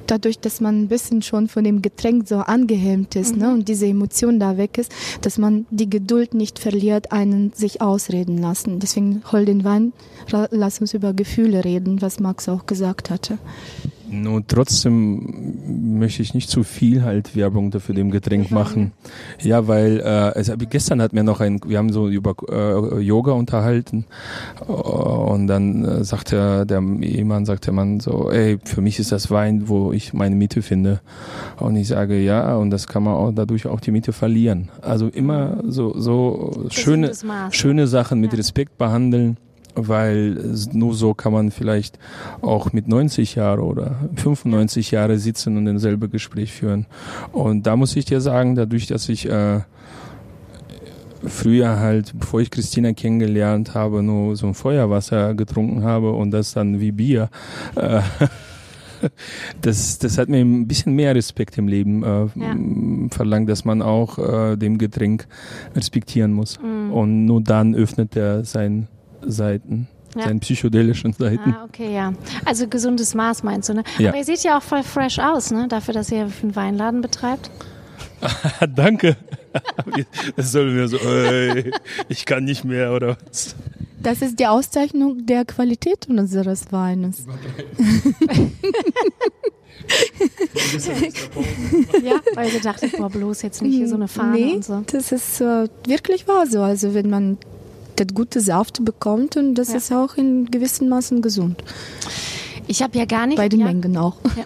S4: dadurch, dass man ein bisschen schon von dem Getränk so angehemmt ist, mhm. ne, und diese Emotion da weg ist, dass man die Geduld nicht verliert, einen sich ausreden lassen. Deswegen hol den Wein, lass uns über Gefühle reden, was Max auch gesagt hatte.
S2: Nur trotzdem möchte ich nicht zu viel halt Werbung dafür dem Getränk machen. Ja, weil äh, also gestern hat mir noch ein, wir haben so über äh, Yoga unterhalten und dann äh, sagt der, der Ehemann, sagt der Mann so, ey, für mich ist das Wein, wo ich meine Miete finde. Und ich sage, ja, und das kann man auch dadurch auch die Miete verlieren. Also immer so so schöne schöne Sachen mit Respekt behandeln. Weil nur so kann man vielleicht auch mit neunzig Jahren oder fünfundneunzig Jahren sitzen und dasselbe Gespräch führen. Und da muss ich dir sagen, dadurch, dass ich äh, früher halt, bevor ich Christina kennengelernt habe, nur so ein Feuerwasser getrunken habe und das dann wie Bier, äh, Das, das hat mir ein bisschen mehr Respekt im Leben äh, ja. verlangt, dass man auch äh, dem Getränk respektieren muss. Mhm. Und nur dann öffnet er sein Seiten, ja. seinen psychedelischen Seiten.
S3: Ah, okay, ja. Also gesundes Maß meinst du, ne?
S2: Ja.
S3: Aber ihr seht ja auch voll fresh aus, ne? Dafür, dass ihr einen Weinladen betreibt.
S2: Danke. Das soll mir so, ey, ich kann nicht mehr, oder was?
S4: Das ist die Auszeichnung der Qualität unseres Weines.
S3: Ja, weil ihr dachtet, boah, bloß jetzt nicht hier so eine Fahne
S4: nee,
S3: und so.
S4: Das ist äh, wirklich wahr so. Also wenn man das gute Saft bekommt, und das ja. ist auch in gewissen Maßen gesund.
S3: Ich habe ja gar nicht...
S4: Bei den
S3: ja,
S4: Mengen auch.
S3: Ja.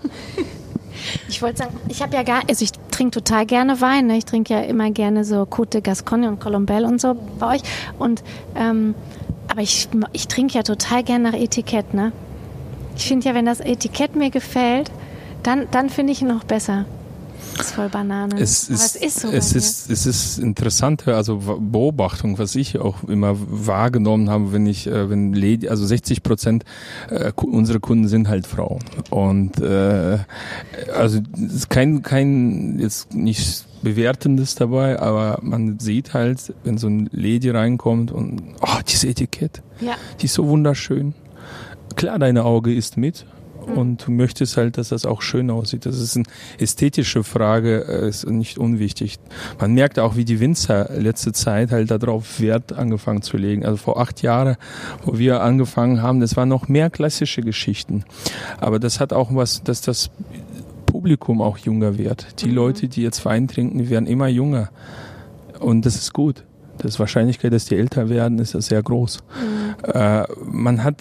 S3: Ich wollte sagen, ich habe ja gar, also ich trinke total gerne Wein, ne? Ich trinke ja immer gerne so Côte de Gascogne und Colombelle und so bei euch. Und ähm, aber ich, ich trinke ja total gerne nach Etikett, ne? Ich finde ja, wenn das Etikett mir gefällt, dann, dann finde ich ihn noch besser. Das ist voll Banane.
S2: Es
S3: aber
S2: ist,
S3: es ist so.
S2: Es ist, es ist interessante, also Beobachtung, was ich auch immer wahrgenommen habe, wenn ich, wenn Lady, also sechzig Prozent unserer Kunden sind halt Frauen. Und äh, also es ist kein, kein jetzt nicht Bewertendes dabei, aber man sieht halt, wenn so ein Lady reinkommt und oh, dieses Etikett,
S3: ja.
S2: die ist so wunderschön. Klar, dein Auge ist mit. Und du möchtest halt, dass das auch schön aussieht. Das ist eine ästhetische Frage, ist nicht unwichtig. Man merkt auch, wie die Winzer letzte Zeit halt darauf Wert angefangen zu legen. Also vor acht Jahren, wo wir angefangen haben, das waren noch mehr klassische Geschichten. Aber das hat auch was, dass das Publikum auch jünger wird. Die mhm. Leute, die jetzt Wein trinken, die werden immer jünger. Und das ist gut. Das Wahrscheinlichkeit, dass die älter werden, ist sehr groß. Mhm. Äh, man hat,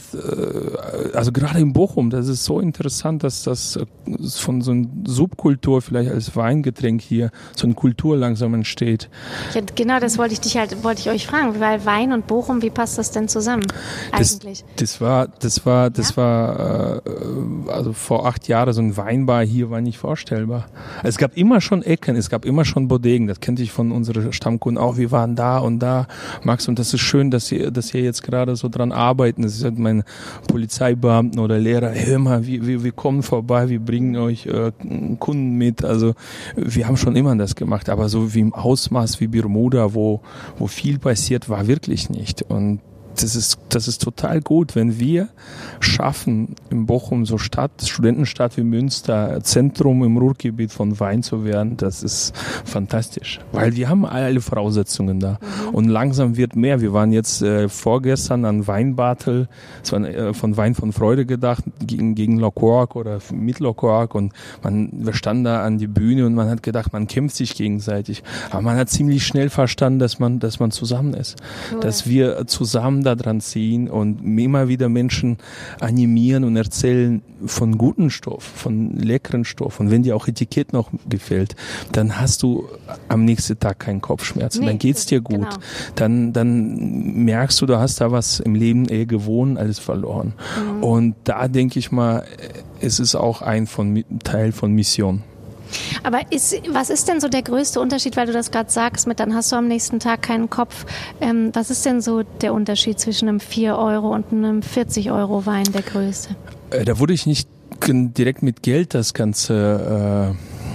S2: äh, also gerade in Bochum, das ist so interessant, dass das von so einer Subkultur vielleicht als Weingetränk hier so eine Kultur langsam entsteht.
S3: Ja, genau, das wollte ich dich halt, wollte ich euch fragen, weil Wein und Bochum, wie passt das denn zusammen eigentlich?
S2: Das, das war, das war, das ja? war, äh, also vor acht Jahren so ein Weinbar hier war nicht vorstellbar. Es gab immer schon Ecken, es gab immer schon Bodegen, das kannte ich von unseren Stammkunden auch, wir waren da und da, Max, und das ist schön, dass ihr, dass ihr jetzt gerade so dran arbeiten. Das ist halt meine Polizeibeamten oder Lehrer, hey, hör mal, wir, wir, wir kommen vorbei, wir bringen euch äh, Kunden mit. Also wir haben schon immer das gemacht, aber so wie im Ausmaß wie Bermuda, wo, wo viel passiert, war wirklich nicht. Und das ist, das ist total gut, wenn wir schaffen, in Bochum so Stadt, Studentenstadt wie Münster, Zentrum im Ruhrgebiet von Wein zu werden, das ist fantastisch. Weil wir haben alle Voraussetzungen da. Mhm. Und langsam wird mehr. Wir waren jetzt äh, vorgestern an Weinbattle, es war äh, von Wein von Freude gedacht, gegen, gegen Locorc oder mit Locorc, und man, wir standen da an die Bühne und man hat gedacht, man kämpft sich gegenseitig. Aber man hat ziemlich schnell verstanden, dass man, dass man zusammen ist. Cool. Dass wir zusammen da dran ziehen und immer wieder Menschen animieren und erzählen von guten Stoff, von leckeren Stoff. Und wenn dir auch Etikett noch gefällt, dann hast du am nächsten Tag keinen Kopfschmerz. Nee, dann geht's dir gut. Genau. Dann, dann merkst du, du hast da was im Leben eher gewonnen als verloren. Mhm. Und da denke ich mal, es ist auch ein von, Teil von Mission.
S3: Aber ist, was ist denn so der größte Unterschied, weil du das gerade sagst, mit dann hast du am nächsten Tag keinen Kopf. Ähm, was ist denn so der Unterschied zwischen einem vier Euro und einem vierzig Euro Wein, der größte?
S2: Äh, da wurde ich nicht direkt mit Geld das Ganze äh,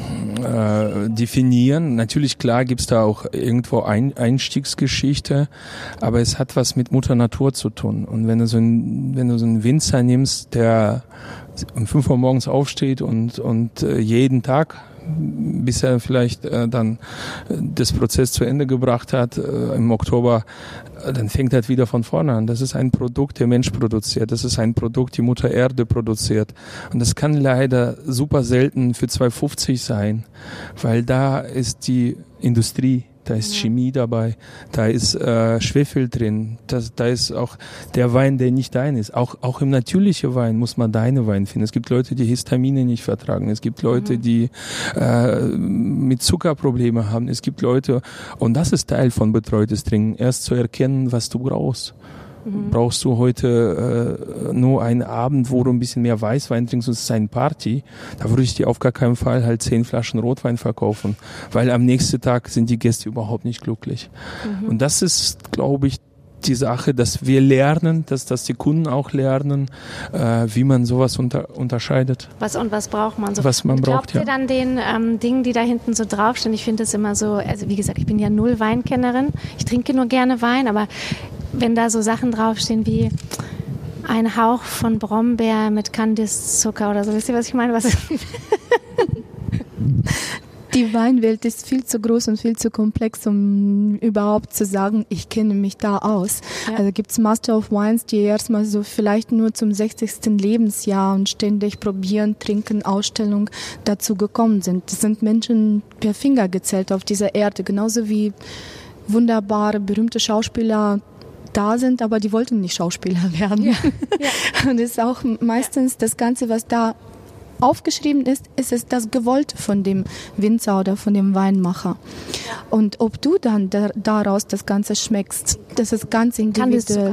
S2: äh, definieren. Natürlich, klar, gibt's da auch irgendwo ein, Einstiegsgeschichte, aber es hat was mit Mutter Natur zu tun. Und wenn du so ein, wenn du so einen Winzer nimmst, der um fünf Uhr morgens aufsteht und, und äh, jeden Tag, bis er vielleicht äh, dann äh, das Prozess zu Ende gebracht hat, äh, im Oktober, äh, dann fängt er wieder von vorne an. Das ist ein Produkt, der Mensch produziert. Das ist ein Produkt, die Mutter Erde produziert. Und das kann leider super selten für zwei fünfzig sein, weil da ist die Industrie, da ist ja. Chemie dabei, da ist äh, Schwefel drin, das, da ist auch der Wein, der nicht dein ist. Auch, auch im natürlichen Wein muss man deine Wein finden. Es gibt Leute, die Histamine nicht vertragen. Es gibt Leute, mhm. die äh, mit Zuckerprobleme haben. Es gibt Leute, und das ist Teil von betreutes Trinken, erst zu erkennen, was du brauchst. Mhm. Brauchst du heute äh, nur einen Abend, wo du ein bisschen mehr Weißwein trinkst und es ist eine Party, da würde ich dir auf gar keinen Fall halt zehn Flaschen Rotwein verkaufen, weil am nächsten Tag sind die Gäste überhaupt nicht glücklich. Mhm. Und das ist, glaube ich, die Sache, dass wir lernen, dass, dass die Kunden auch lernen, äh, wie man sowas unter, unterscheidet.
S3: Was und was braucht man so?
S2: Was man
S3: Glaubt
S2: braucht, ja.
S3: ihr dann den ähm, Dingen, die da hinten so draufstehen? Ich finde das immer so, also wie gesagt, ich bin ja null Weinkennerin. Ich trinke nur gerne Wein, aber wenn da so Sachen draufstehen wie ein Hauch von Brombeer mit Kandiszucker oder so, wisst ihr, was ich meine? Was
S4: Die Weinwelt ist viel zu groß und viel zu komplex, um überhaupt zu sagen, ich kenne mich da aus. Ja. Also gibt's Master of Wines, die erstmal so vielleicht nur zum sechzigsten Lebensjahr und ständig probieren, trinken, Ausstellung dazu gekommen sind. Das sind Menschen per Finger gezählt auf dieser Erde, genauso wie wunderbare, berühmte Schauspieler da sind, aber die wollten nicht Schauspieler werden. Ja. Ja. Und es ist auch meistens das Ganze, was da aufgeschrieben ist, ist es das Gewollte von dem Winzer oder von dem Weinmacher. Und ob du dann da, daraus das Ganze schmeckst, das ist ganz individuell.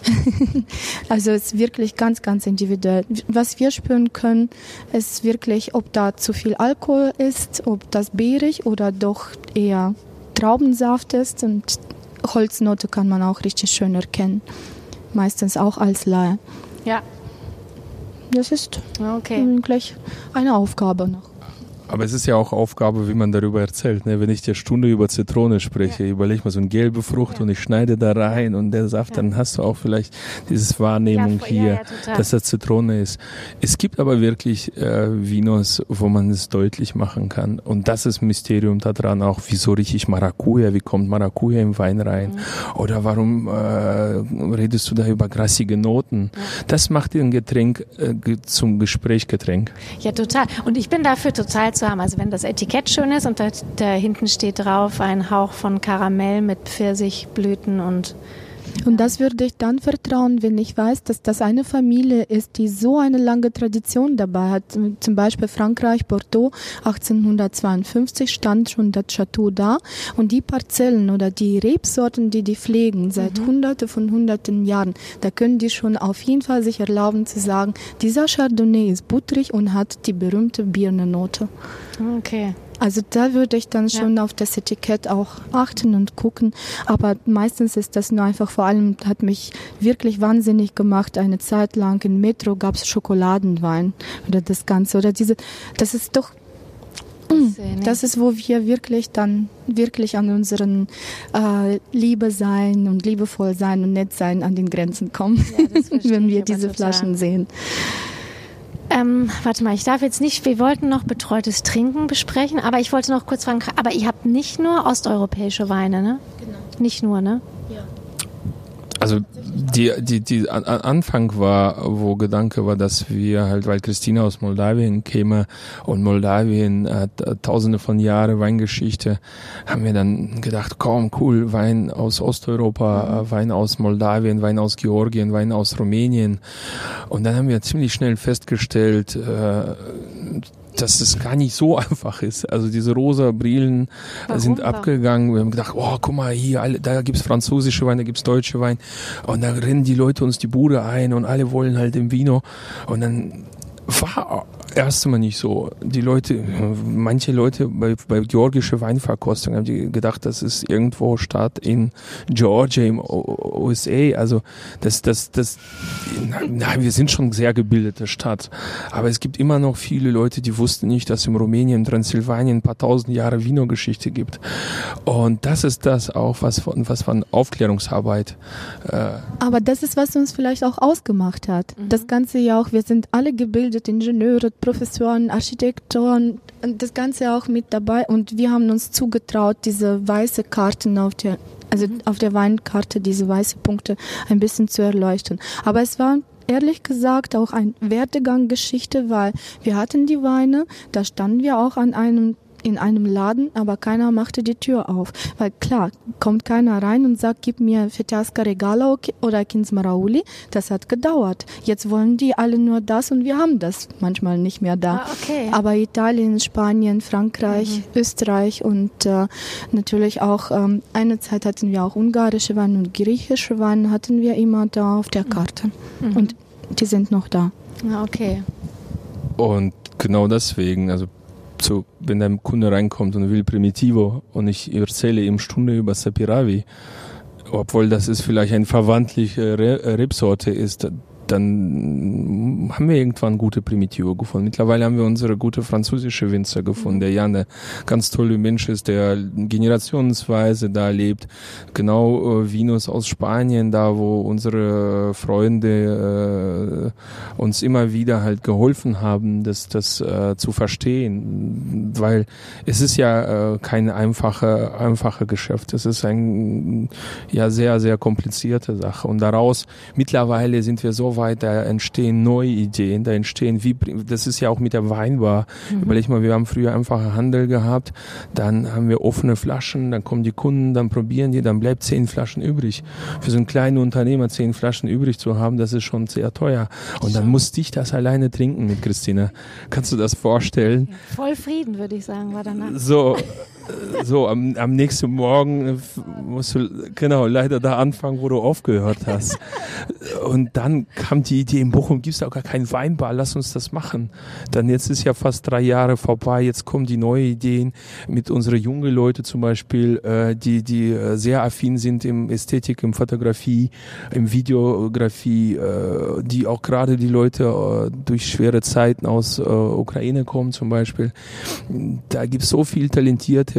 S4: Also es ist wirklich ganz, ganz individuell. Was wir spüren können, ist wirklich, ob da zu viel Alkohol ist, ob das beerig oder doch eher Traubensaft ist, und Holznote kann man auch richtig schön erkennen. Meistens auch als Laie.
S3: Ja.
S4: Das ist
S3: okay.
S4: eigentlich eine Aufgabe noch.
S2: Aber es ist ja auch Aufgabe, wie man darüber erzählt. Ne? Wenn ich dir Stunde über Zitrone spreche, ja. überleg mal so eine gelbe Frucht ja. und ich schneide da rein und der Saft, ja. dann hast du auch vielleicht diese Wahrnehmung ja, hier, ja, dass das Zitrone ist. Es gibt aber wirklich äh, Vinos, wo man es deutlich machen kann. Und das ist ein Mysterium daran auch, wieso rieche ich Maracuja, wie kommt Maracuja im Wein rein? Mhm. Oder warum äh, redest du da über grassige Noten? Ja. Das macht ein Getränk äh, zum Gesprächgetränk.
S3: Ja, total. Und ich bin dafür total zu haben. Also wenn das Etikett schön ist und da, da hinten steht drauf ein Hauch von Karamell mit Pfirsichblüten und
S4: Und das würde ich dann vertrauen, wenn ich weiß, dass das eine Familie ist, die so eine lange Tradition dabei hat. Zum Beispiel Frankreich, Bordeaux, achtzehnhundertzweiundfünfzig stand schon das Chateau da. Und die Parzellen oder die Rebsorten, die die pflegen seit mhm. hunderte von hunderten Jahren, da können die schon auf jeden Fall sich erlauben zu sagen, dieser Chardonnay ist butterig und hat die berühmte Birnennote.
S3: Okay.
S4: Also da würde ich dann schon ja. auf das Etikett auch achten und gucken. Aber meistens ist das nur einfach, vor allem hat mich wirklich wahnsinnig gemacht. Eine Zeit lang im Metro gab es Schokoladenwein oder das Ganze. Oder diese, das ist doch, das, äh, das ist, wo wir wirklich dann wirklich an unseren äh, Liebe sein und liebevoll sein und nett sein an den Grenzen kommen, ja, wenn wir diese total. Flaschen sehen.
S3: Ähm, warte mal, ich darf jetzt nicht, wir wollten noch betreutes Trinken besprechen, aber ich wollte noch kurz fragen, aber ihr habt nicht nur osteuropäische Weine, ne? Genau. Nicht nur, ne? Ja.
S2: Also die, die, die Anfang war, wo Gedanke war, dass wir halt, weil Christina aus Moldawien käme und Moldawien hat tausende von Jahren Weingeschichte, haben wir dann gedacht, komm, cool, Wein aus Osteuropa, mhm. Wein aus Moldawien, Wein aus Georgien, Wein aus Rumänien. Und dann haben wir ziemlich schnell festgestellt, äh, dass es gar nicht so einfach ist. Also diese rosa Brillen Warum? sind abgegangen. Wir haben gedacht, oh, guck mal hier, alle, da gibt's französische Wein, da gibt's deutsche Wein. Und da rennen die Leute uns die Bude ein und alle wollen halt im Vino. Und dann war erst einmal nicht so. Die Leute, manche Leute bei, bei georgischer Weinverkostung haben die gedacht, das ist irgendwo Stadt in Georgia im U S A. Also das, das, das, nein, wir sind schon eine sehr gebildete Stadt. Aber es gibt immer noch viele Leute, die wussten nicht, dass in Rumänien, Transsilvanien ein paar tausend Jahre Wino-Geschichte gibt. Und das ist das auch, was von, was von Aufklärungsarbeit. Äh
S4: Aber das ist, was uns vielleicht auch ausgemacht hat. Mhm. Das Ganze ja auch, wir sind alle gebildet, Ingenieure, Professoren, Architekten, das Ganze auch mit dabei. Und wir haben uns zugetraut, diese weiße Karten auf der, also mhm. auf der Weinkarte, diese weißen Punkte ein bisschen zu erleuchten. Aber es war ehrlich gesagt auch eine Werdegang-Geschichte, weil wir hatten die Weine, da standen wir auch an einem in einem Laden, aber keiner machte die Tür auf. Weil klar, kommt keiner rein und sagt, gib mir Feteasca Regala oder Kinsmarauli. Das hat gedauert. Jetzt wollen die alle nur das und wir haben das manchmal nicht mehr da.
S3: Ah, okay.
S4: Aber Italien, Spanien, Frankreich, mhm. Österreich und äh, natürlich auch, ähm, eine Zeit hatten wir auch ungarische Weine und griechische Weine hatten wir immer da auf der Karte. Mhm. Und die sind noch da.
S3: Ah, okay.
S2: Und genau deswegen, also so, wenn ein Kunde reinkommt und will Primitivo und ich erzähle ihm Stunde über Sapiravi, obwohl das ist vielleicht eine verwandliche Rebsorte ist, dann haben wir irgendwann gute Primitivo gefunden. Mittlerweile haben wir unsere gute französische Winzer gefunden, der Jan, der ganz tolle Mensch ist, der generationsweise da lebt. Genau äh, Vinos aus Spanien, da wo unsere Freunde äh, uns immer wieder halt geholfen haben, das, das äh, zu verstehen. Weil es ist ja äh, kein einfache, einfache Geschäft. Es ist ein ja sehr, sehr komplizierte Sache. Und daraus, mittlerweile sind wir so weit, da entstehen neue Ideen, da entstehen, wie, das ist ja auch mit der Weinbar. Mhm. Überleg mal, wir haben früher einfache Handel gehabt, dann haben wir offene Flaschen, dann kommen die Kunden, dann probieren die, dann bleibt zehn Flaschen übrig. Für so einen kleinen Unternehmer zehn Flaschen übrig zu haben, das ist schon sehr teuer. Und dann musste ich das alleine trinken mit Christina. Kannst du das vorstellen?
S3: Voll Frieden, würde ich sagen, war danach.
S2: So, so am, am nächsten Morgen musst du genau leider da anfangen, wo du aufgehört hast. Und dann kam die Idee, in Bochum gibt es auch gar keinen Weinbar, lass uns das machen. Dann jetzt ist ja fast drei Jahre vorbei, jetzt kommen die neuen Ideen mit unseren jungen Leuten zum Beispiel, äh, die die äh, sehr affin sind im Ästhetik, im Fotografie, im Videografie, äh, die auch gerade die Leute äh, durch schwere Zeiten aus äh, Ukraine kommen zum Beispiel. Da gibt es so viel talentierte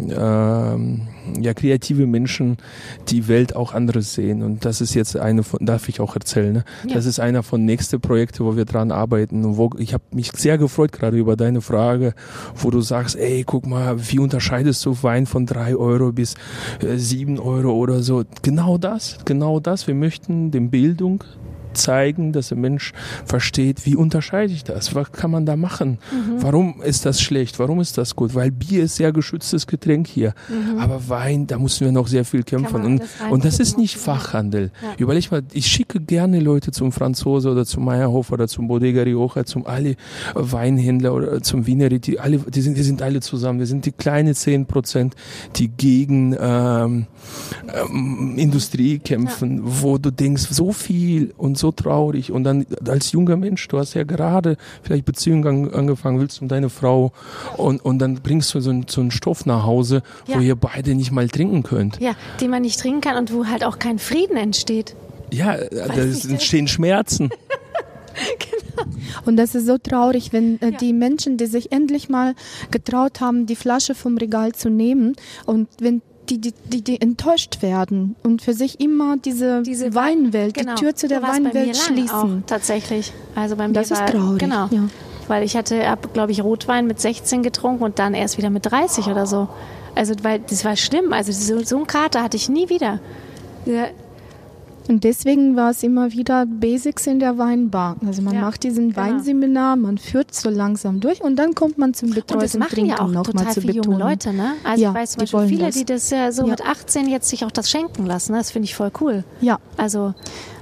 S2: äh, ja, kreative Menschen, die Welt auch anderes sehen. Und das ist jetzt eine von, darf ich auch erzählen, ne? Ja. Das ist einer von nächsten Projekten, wo wir dran arbeiten. Und wo, ich habe mich sehr gefreut gerade über deine Frage, wo du sagst, ey, guck mal, wie unterscheidest du Wein von drei Euro bis äh, sieben Euro oder so? Genau das, genau das. Wir möchten den Bildung zeigen, dass der Mensch versteht, wie unterscheide ich das? Was kann man da machen? Mhm. Warum ist das schlecht? Warum ist das gut? Weil Bier ist sehr geschütztes Getränk hier. Mhm. Aber Wein, da müssen wir noch sehr viel kämpfen. Und, das und das ist nicht Fachhandel. Ja. Überleg mal, ich schicke gerne Leute zum Franzose oder zum Meyerhof oder zum Bodega Rioja, zum alle Weinhändler oder zum Wiener, die alle, die sind, die sind alle zusammen. Wir sind die kleine zehn Prozent, die gegen ähm, ähm, Industrie kämpfen, ja. Wo du denkst, so viel und so traurig. Und dann als junger Mensch, du hast ja gerade vielleicht Beziehung an, angefangen, willst du mit deiner Frau und, und dann bringst du so, ein, so einen Stoff nach Hause, ja. Wo ihr beide nicht mal trinken könnt.
S3: Ja, den man nicht trinken kann und wo halt auch kein Frieden entsteht.
S2: Ja, da entstehen Schmerzen.
S3: Genau.
S4: Und das ist so traurig, wenn äh, ja. die Menschen, die sich endlich mal getraut haben, die Flasche vom Regal zu nehmen und wenn Die, die, die, die enttäuscht werden und für sich immer diese, diese Weinwelt, genau. Die Tür zu der Weinwelt schließen.
S3: Auch, tatsächlich. Also bei mir
S4: das
S3: war,
S4: ist traurig.
S3: Genau.
S4: Ja.
S3: Weil ich hatte, hab, glaube ich, Rotwein mit sechzehn getrunken und dann erst wieder mit dreißig oder so. Also, weil das war schlimm. Also, so, so einen Kater hatte ich nie wieder. Ja.
S4: Und deswegen war es immer wieder Basics in der Weinbar. Also man ja, macht diesen genau. Weinseminar, man führt so langsam durch und dann kommt man zum betreuten Trinken
S3: ja
S4: noch mal zu betonen.
S3: Junge Leute, ne? Also
S4: ja,
S3: ich weiß zum Beispiel viele,
S4: das.
S3: die das ja so
S4: ja.
S3: mit achtzehn jetzt sich auch das schenken lassen. Das finde ich voll cool.
S4: Ja.
S3: Also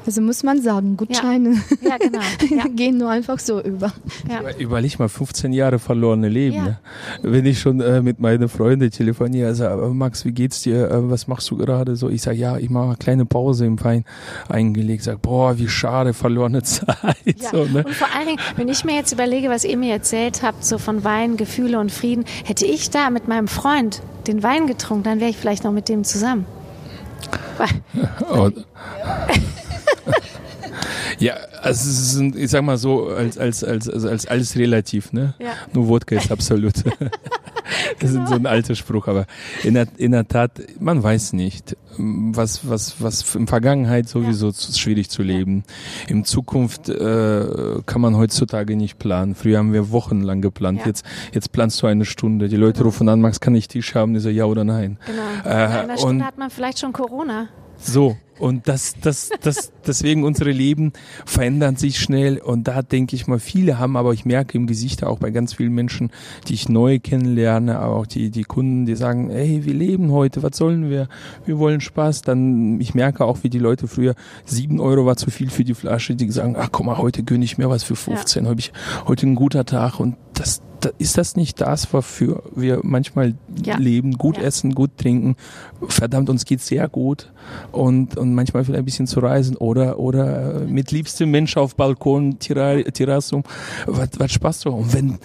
S4: Also muss man sagen, Gutscheine
S3: ja. Ja, genau. Ja.
S4: gehen nur einfach so über.
S2: Ja. Überleg mal, fünfzehn Jahre verlorene Leben.
S3: Ja.
S2: Ne? Wenn ich schon äh, mit meinen Freunden telefoniere, also Max, wie geht's dir? Äh, was machst du gerade? So, ich sage, ja, ich mache eine kleine Pause im Wein eingelegt. Sag, boah, wie schade, verlorene Zeit.
S3: Ja.
S2: So, ne?
S3: Und vor allen Dingen, wenn ich mir jetzt überlege, was ihr mir erzählt habt, so von Wein, Gefühle und Frieden, hätte ich da mit meinem Freund den Wein getrunken, dann wäre ich vielleicht noch mit dem zusammen.
S2: Oh. Ja, also es ist, ich sag mal so, als, als, als, als, als alles relativ, ne? Ja. Nur Wodka ist absolut. Das genau. ist so ein alter Spruch, aber in der, in der Tat, man weiß nicht, was, was, was in Vergangenheit sowieso ja. schwierig zu leben. Ja. In Zukunft äh, kann man heutzutage nicht planen. Früher haben wir wochenlang geplant. Ja. Jetzt, jetzt planst du eine Stunde. Die Leute genau. rufen an, Max, kann ich Tisch haben? Ich so, ja oder nein?
S3: Genau.
S2: Äh,
S3: in einer Stunde hat man vielleicht schon Corona.
S2: So. Und das, das, das, deswegen unsere Leben verändern sich schnell. Und da denke ich mal, viele haben, aber ich merke im Gesicht auch bei ganz vielen Menschen, die ich neu kennenlerne, aber auch die, die Kunden, die sagen, hey, wir leben heute, was sollen wir? Wir wollen Spaß. Dann, ich merke auch, wie die Leute früher, sieben Euro war zu viel für die Flasche, die sagen, ach guck mal, heute gönne ich mir was für fünfzehn, ja. habe ich heute ein guter Tag. Und das, da, ist das nicht das, wofür wir manchmal ja. leben? Gut ja. essen, gut trinken. Verdammt, uns geht's sehr gut. Und, und manchmal vielleicht ein bisschen zu reisen oder, oder mit liebstem Mensch auf Balkon, Terrassum. Was, was Spaß doch. Und wenn,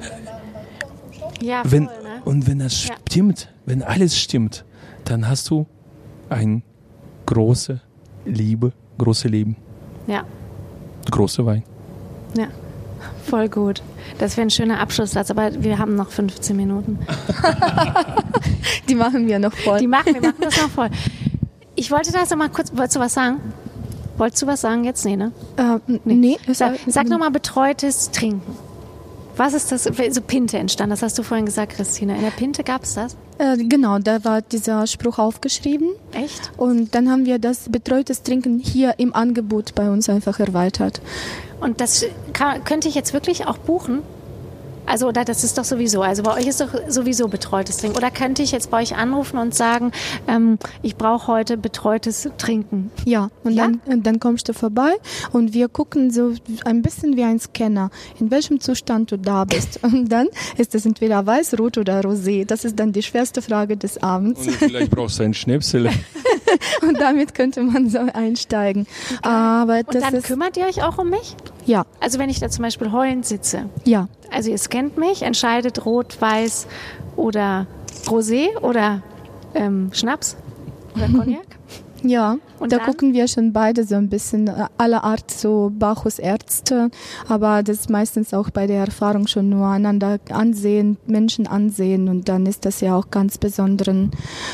S3: ja,
S2: wenn,
S3: voll, ne?
S2: und wenn das ja. stimmt, wenn alles stimmt, dann hast du ein große Liebe, große Leben.
S3: Ja.
S2: Große Wein.
S3: Ja. Voll gut. Das wäre ein schöner Abschlusssatz, aber wir haben noch fünfzehn Minuten.
S4: Die machen wir noch voll.
S3: Die machen wir, machen das noch voll. Ich wollte da so mal kurz, wolltest du was sagen? Wolltest du was sagen jetzt? Nee, ne?
S4: Äh, nee. nee.
S3: Sag, sag nochmal betreutes Trinken. Was ist das? So Pinte entstanden, das hast du vorhin gesagt, Christina. In der Pinte gab es das?
S4: Äh, genau, da war dieser Spruch aufgeschrieben.
S3: Echt?
S4: Und dann haben wir das betreutes Trinken hier im Angebot bei uns einfach erweitert.
S3: Und das kann, könnte ich jetzt wirklich auch buchen? Also, oder das ist doch sowieso, also bei euch ist doch sowieso betreutes Trinken. Oder könnte ich jetzt bei euch anrufen und sagen, ähm, ich brauche heute betreutes Trinken?
S4: Ja, und
S3: ja?
S4: Dann, dann kommst du vorbei und wir gucken so ein bisschen wie ein Scanner, in welchem Zustand du da bist. Und dann ist es entweder weiß, rot oder rosé. Das ist dann die schwerste Frage des Abends.
S2: Und vielleicht brauchst du einen Schnäpsel.
S4: Und damit könnte man so einsteigen. Okay. Aber das
S3: und dann
S4: ist,
S3: kümmert ihr euch auch um mich?
S4: Ja.
S3: Also wenn ich da zum Beispiel heulend sitze?
S4: Ja.
S3: Also ihr scannt mich, entscheidet rot, weiß oder Rosé oder ähm, Schnaps oder Cognac?
S4: Ja,
S3: und
S4: da
S3: dann?
S4: gucken wir schon beide so ein bisschen aller Art so Bauchhausärzte, aber das ist meistens auch bei der Erfahrung schon nur einander ansehen, Menschen ansehen und dann ist das ja auch ganz besonderen,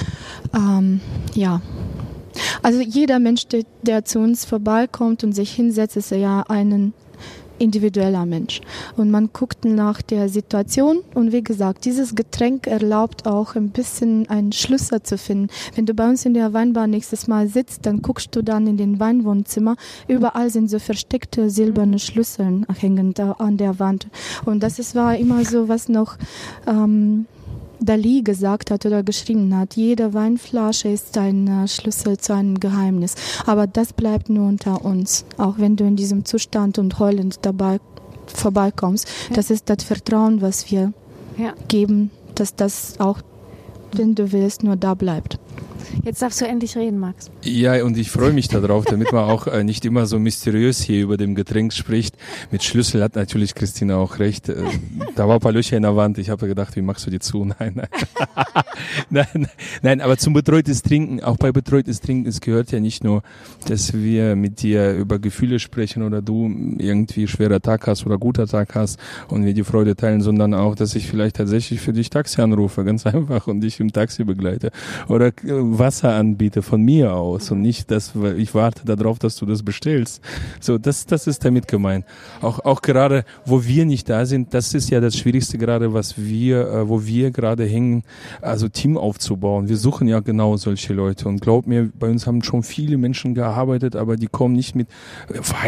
S4: ähm, ja. Also jeder Mensch, der, der zu uns vorbeikommt und sich hinsetzt, ist ja ein individueller Mensch. Und man guckt nach der Situation und wie gesagt, dieses Getränk erlaubt auch ein bisschen einen Schlüssel zu finden. Wenn du bei uns in der Weinbar nächstes Mal sitzt, dann guckst du dann in den Weinwohnzimmer. Überall sind so versteckte silberne Schlüssel hängend an der Wand. Und das ist, war immer so, was noch ähm, Dali gesagt hat oder geschrieben hat. Jede Weinflasche ist ein äh, Schlüssel zu einem Geheimnis. Aber das bleibt nur unter uns. Auch wenn du in diesem Zustand und heulend dabei vorbeikommst. Ja. Das ist das Vertrauen, was wir ja. geben, dass das auch, wenn du willst, nur da bleibt.
S3: Jetzt darfst du endlich reden, Max.
S2: Ja, und ich freue mich darauf, damit man auch äh, nicht immer so mysteriös hier über dem Getränk spricht. Mit Schlüssel hat natürlich Christina auch recht. Äh, da war ein paar Löcher in der Wand. Ich habe gedacht, wie machst du die zu? Nein, nein. nein, nein. Nein, aber zum betreutes Trinken, auch bei betreutes Trinken, es gehört ja nicht nur, dass wir mit dir über Gefühle sprechen oder du irgendwie schwerer Tag hast oder guter Tag hast und wir die Freude teilen, sondern auch, dass ich vielleicht tatsächlich für dich Taxi anrufe, ganz einfach, und dich im Taxi begleite. Oder äh, Wasser anbiete von mir aus und nicht, dass weil ich warte darauf, dass du das bestellst. So, das, das ist damit gemeint. Auch, auch gerade, wo wir nicht da sind, das ist ja das Schwierigste gerade, was wir, äh, wo wir gerade hängen, also Team aufzubauen. Wir suchen ja genau solche Leute und glaub mir, bei uns haben schon viele Menschen gearbeitet, aber die kommen nicht mit Wein.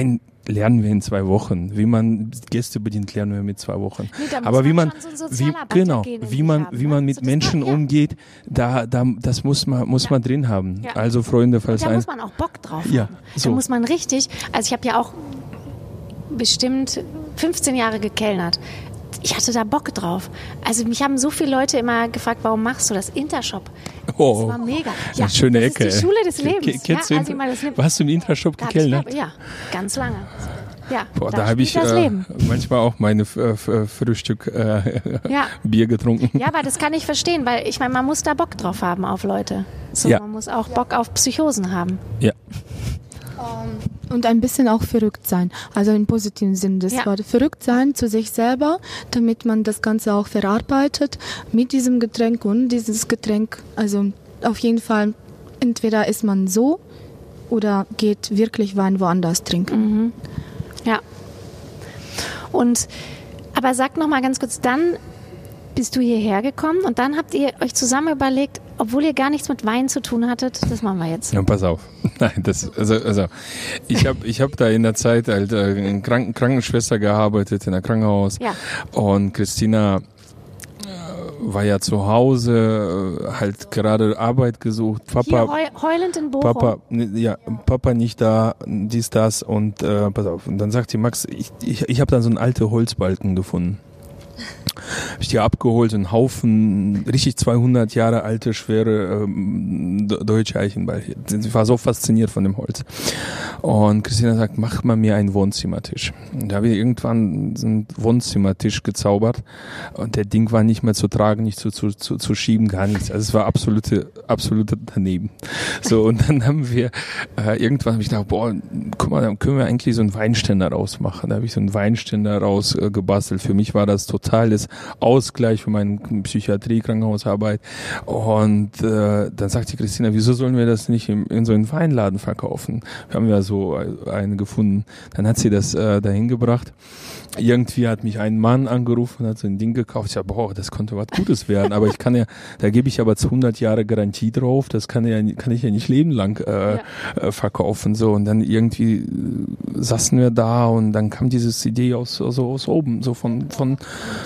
S2: lernen wir in zwei Wochen. Wie man Gäste bedient, lernen wir mit zwei Wochen.
S3: Nee, da muss
S2: Aber wie
S3: man
S2: man,
S3: schon so ein
S2: wie, genau,
S3: Sozialarbeitergehen in
S2: wie
S3: sich
S2: man,
S3: haben,
S2: wie
S3: ne?
S2: man mit
S3: So das-
S2: Menschen
S3: ja.
S2: umgeht, da, da, das muss man, muss
S3: Ja.
S2: man drin haben.
S3: Ja.
S2: Also Freunde, falls
S3: Da
S2: ein,
S3: muss man auch Bock drauf
S2: Ja,
S3: haben.
S2: so.
S3: Da muss man richtig, also ich habe ja auch bestimmt fünfzehn Jahre gekellnert. Ich hatte da Bock drauf. Also mich haben so viele Leute immer gefragt, warum machst du das? Intershop.
S2: oh,
S3: Das war mega.
S2: eine schöne
S3: das
S2: Ecke.
S3: ist die Schule des Lebens.
S2: Ke- kennst du
S3: ja,
S2: Inter-
S3: also ich meine, das nimmt-
S2: Warst du im Intrashop
S3: Da hab ich
S2: gekellnert?
S3: ge- Ja, ganz lange. Ja,
S2: Boah, da habe ich
S3: spielt das
S2: äh,
S3: Leben.
S2: manchmal auch meine F- F- Frühstück äh,
S3: Ja.
S2: Bier getrunken.
S3: Ja, aber das kann ich verstehen, weil ich meine, man muss da Bock drauf haben auf Leute. So,
S2: Ja.
S3: man muss auch Bock auf Psychosen haben.
S2: Ja.
S4: Und ein bisschen auch verrückt sein, also im positiven Sinn des
S3: Ja.
S4: Wortes. Verrückt sein zu sich selber, damit man das Ganze auch verarbeitet mit diesem Getränk und dieses Getränk. Also auf jeden Fall, entweder ist man so oder geht wirklich Wein woanders trinken.
S3: Ja. Und, aber sag noch mal ganz kurz, dann bist du hierher gekommen und dann habt ihr euch zusammen überlegt, obwohl ihr gar nichts mit Wein zu tun hattet, das machen wir jetzt.
S2: Ja, pass auf. Nein, das, also, also, ich habe ich hab da in der Zeit halt äh, in Kranken, Krankenschwester gearbeitet, in einem Krankenhaus.
S3: Ja.
S2: Und Christina äh, war ja zu Hause, äh, halt gerade Arbeit gesucht.
S3: Hier
S2: Papa,
S3: heu, heulend in Bochum.
S2: Papa, ne, ja, Papa nicht da, dies, das und äh, pass auf. Und dann sagt sie, Max, ich, ich, ich habe dann so einen alten Holzbalken gefunden. Hab ich die abgeholt, so einen Haufen, richtig zweihundert Jahre alte, schwere ähm, deutsche Eichenbalken. Sie war so fasziniert von dem Holz. Und Christina sagt, mach mal mir einen Wohnzimmertisch. Und da habe ich irgendwann so einen Wohnzimmertisch gezaubert und der Ding war nicht mehr zu tragen, nicht zu, zu, zu, zu schieben, gar nichts. Also es war absolute, absolute daneben. So, und dann haben wir äh, irgendwann habe ich gedacht, boah, guck mal, dann können wir eigentlich so einen Weinständer rausmachen. Da habe ich so einen Weinständer raus äh, gebastelt. Für mich war das totales Ausgleich für meine Psychiatrie-Krankenhausarbeit. Und äh, dann sagte Christina, wieso sollen wir das nicht in, in so einen Weinladen verkaufen? Wir haben ja so einen gefunden. Dann hat sie das äh, dahin gebracht. Irgendwie hat mich ein Mann angerufen und hat so ein Ding gekauft. Ich sag, boah, das konnte was Gutes werden. Aber ich kann ja, da gebe ich aber hundert Jahre Garantie drauf. Das kann ja, kann ich ja nicht lebenlang äh, ja. äh, verkaufen. So, und dann irgendwie äh, saßen wir da und dann kam diese Idee aus, also aus oben, so von, von,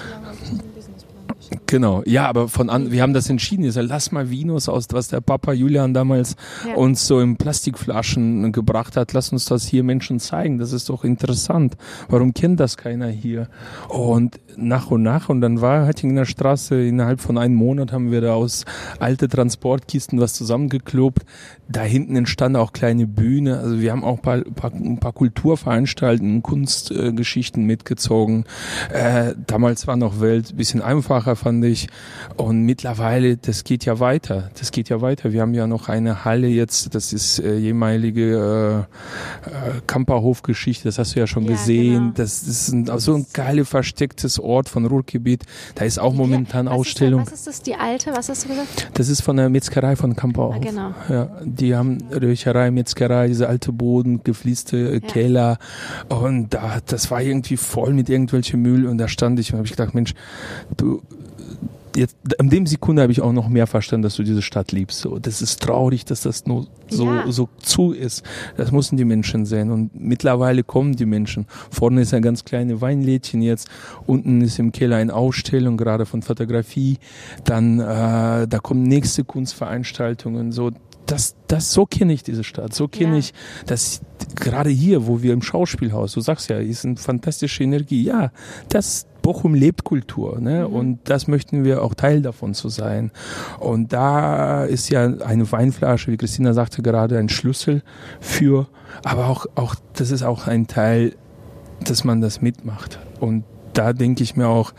S2: genau, ja, aber von an, wir haben das entschieden, ich sag, lass mal Vinos aus, was der Papa Julian damals ja. uns so in Plastikflaschen gebracht hat, lass uns das hier Menschen zeigen, das ist doch interessant. Warum kennt das keiner hier? Und nach und nach, und dann war Hattingener Straße, innerhalb von einem Monat haben wir da aus alte Transportkisten was zusammengeklobt. Da hinten entstand auch kleine Bühne, also wir haben auch ein paar, paar, ein paar Kulturveranstaltungen, Kunstgeschichten äh, mitgezogen. Äh, damals war noch Welt ein bisschen einfacher, fand ich. Und mittlerweile, das geht ja weiter. Das geht ja weiter. Wir haben ja noch eine Halle jetzt, das ist äh, ehemalige äh, äh, Kamperhof-Geschichte, das hast du ja schon ja, gesehen. Genau. Das ist ein, so ein geile verstecktes Ort von Ruhrgebiet. Da ist auch momentan ja, was Ausstellung.
S3: Ist das, was ist das, die alte? Was hast du gesagt?
S2: Das ist von der Metzgerei von Kamperhof.
S3: Ah, genau.
S2: Ja, die haben Röcherei, Metzgerei, diese alte Boden, gefließte äh, ja. Keller. Und da, das war irgendwie voll mit irgendwelchen Müll. Und da stand ich und habe ich gedacht, Mensch, du, jetzt, in dem Sekunde habe ich auch noch mehr verstanden, dass du diese Stadt liebst. So, das ist traurig, dass das nur so, ja. so zu ist. Das müssen die Menschen sehen. Und mittlerweile kommen die Menschen. Vorne ist ein ganz kleines Weinlädchen jetzt. Unten ist im Keller eine Ausstellung, gerade von Fotografie. Dann, äh, da kommen nächste Kunstveranstaltungen. So, das, das, so kenne ich diese Stadt. So kenne ja. ich das, gerade hier, wo wir im Schauspielhaus, du sagst ja, ist eine fantastische Energie. Ja, das, Bochum lebt Kultur, ne? Mhm. Und das möchten wir auch Teil davon zu sein. Und da ist ja eine Weinflasche, wie Christina sagte gerade, ein Schlüssel für, aber auch, auch, das ist auch ein Teil, dass man das mitmacht. Und da denke ich mir auch,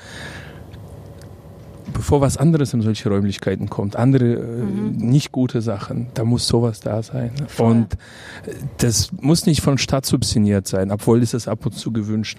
S2: bevor was anderes in solche Räumlichkeiten kommt, andere mhm. äh, nicht gute Sachen, da muss sowas da sein. Voll. Und das muss nicht von Stadt subventioniert sein, obwohl ist es ab und zu gewünscht.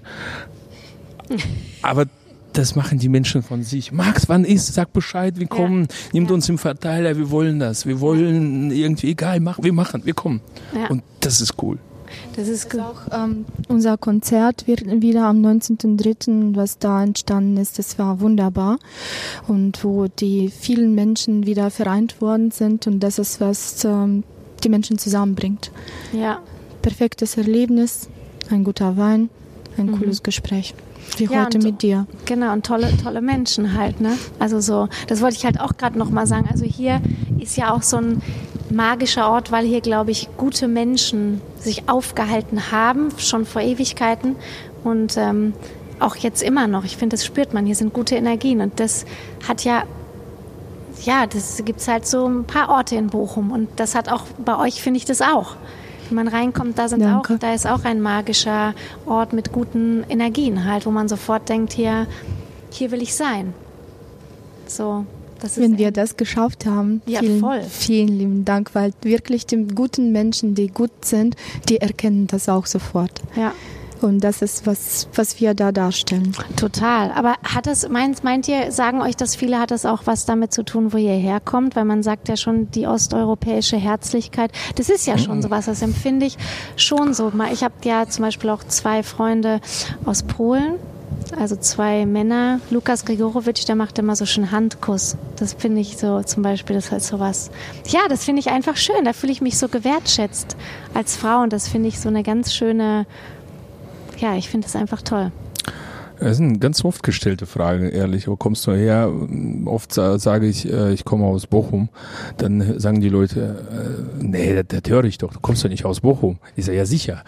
S2: Aber das machen die Menschen von sich. Max, wann ist? Sag Bescheid, wir kommen. Ja. Nimmt ja. uns im Verteiler, wir wollen das. Wir wollen irgendwie, egal, mach, wir machen, wir kommen. Ja. Und das ist cool.
S3: Das ist cool.
S4: Auch ähm, unser Konzert wird wieder am neunzehnten dritten, was da entstanden ist, das war wunderbar. Und wo die vielen Menschen wieder vereint worden sind und das ist, was ähm, die Menschen zusammenbringt.
S3: Ja.
S4: Perfektes Erlebnis. ein guter Wein, ein mhm. cooles Gespräch. Wie ja, heute und, mit dir.
S3: Genau, und tolle, tolle Menschen halt, ne? Also so, das wollte ich halt auch gerade nochmal sagen. Also hier ist ja auch so ein magischer Ort, weil hier, glaube ich, gute Menschen sich aufgehalten haben, schon vor Ewigkeiten und ähm, auch jetzt immer noch. Ich finde, das spürt man. Hier sind gute Energien und das hat ja, ja, das gibt es halt so ein paar Orte in Bochum und das hat auch, bei euch finde ich das auch. Wenn man reinkommt, da sind
S4: Danke.
S3: auch, da ist auch ein magischer Ort mit guten Energien halt, wo man sofort denkt, hier, hier will ich sein. So, das ist
S4: Wenn wir das geschafft haben,
S3: ja,
S4: vielen,
S3: voll.
S4: vielen lieben Dank, weil wirklich die guten Menschen, die gut sind, die erkennen das auch sofort.
S3: Ja.
S4: Und das ist, was, was wir da darstellen.
S3: Total. Aber hat das, meint, meint ihr, sagen euch das viele, hat das auch was damit zu tun, wo ihr herkommt? Weil man sagt ja schon, die osteuropäische Herzlichkeit, das ist ja schon sowas, das empfinde ich schon so. Ich habe ja zum Beispiel auch zwei Freunde aus Polen, also zwei Männer. Lukas Grigorowitsch, der macht immer so schön Handkuss. Das finde ich so zum Beispiel, das ist halt sowas. Ja, das finde ich einfach schön. Da fühle ich mich so gewertschätzt als Frau und das finde ich so eine ganz schöne... Ja, ich finde es einfach toll.
S2: Das ist eine ganz oft gestellte Frage, ehrlich. Wo kommst du her? Oft sage ich, ich komme aus Bochum. Dann sagen die Leute, nee, das, das höre ich doch. Du kommst doch nicht aus Bochum. Ich sage, ja sicher.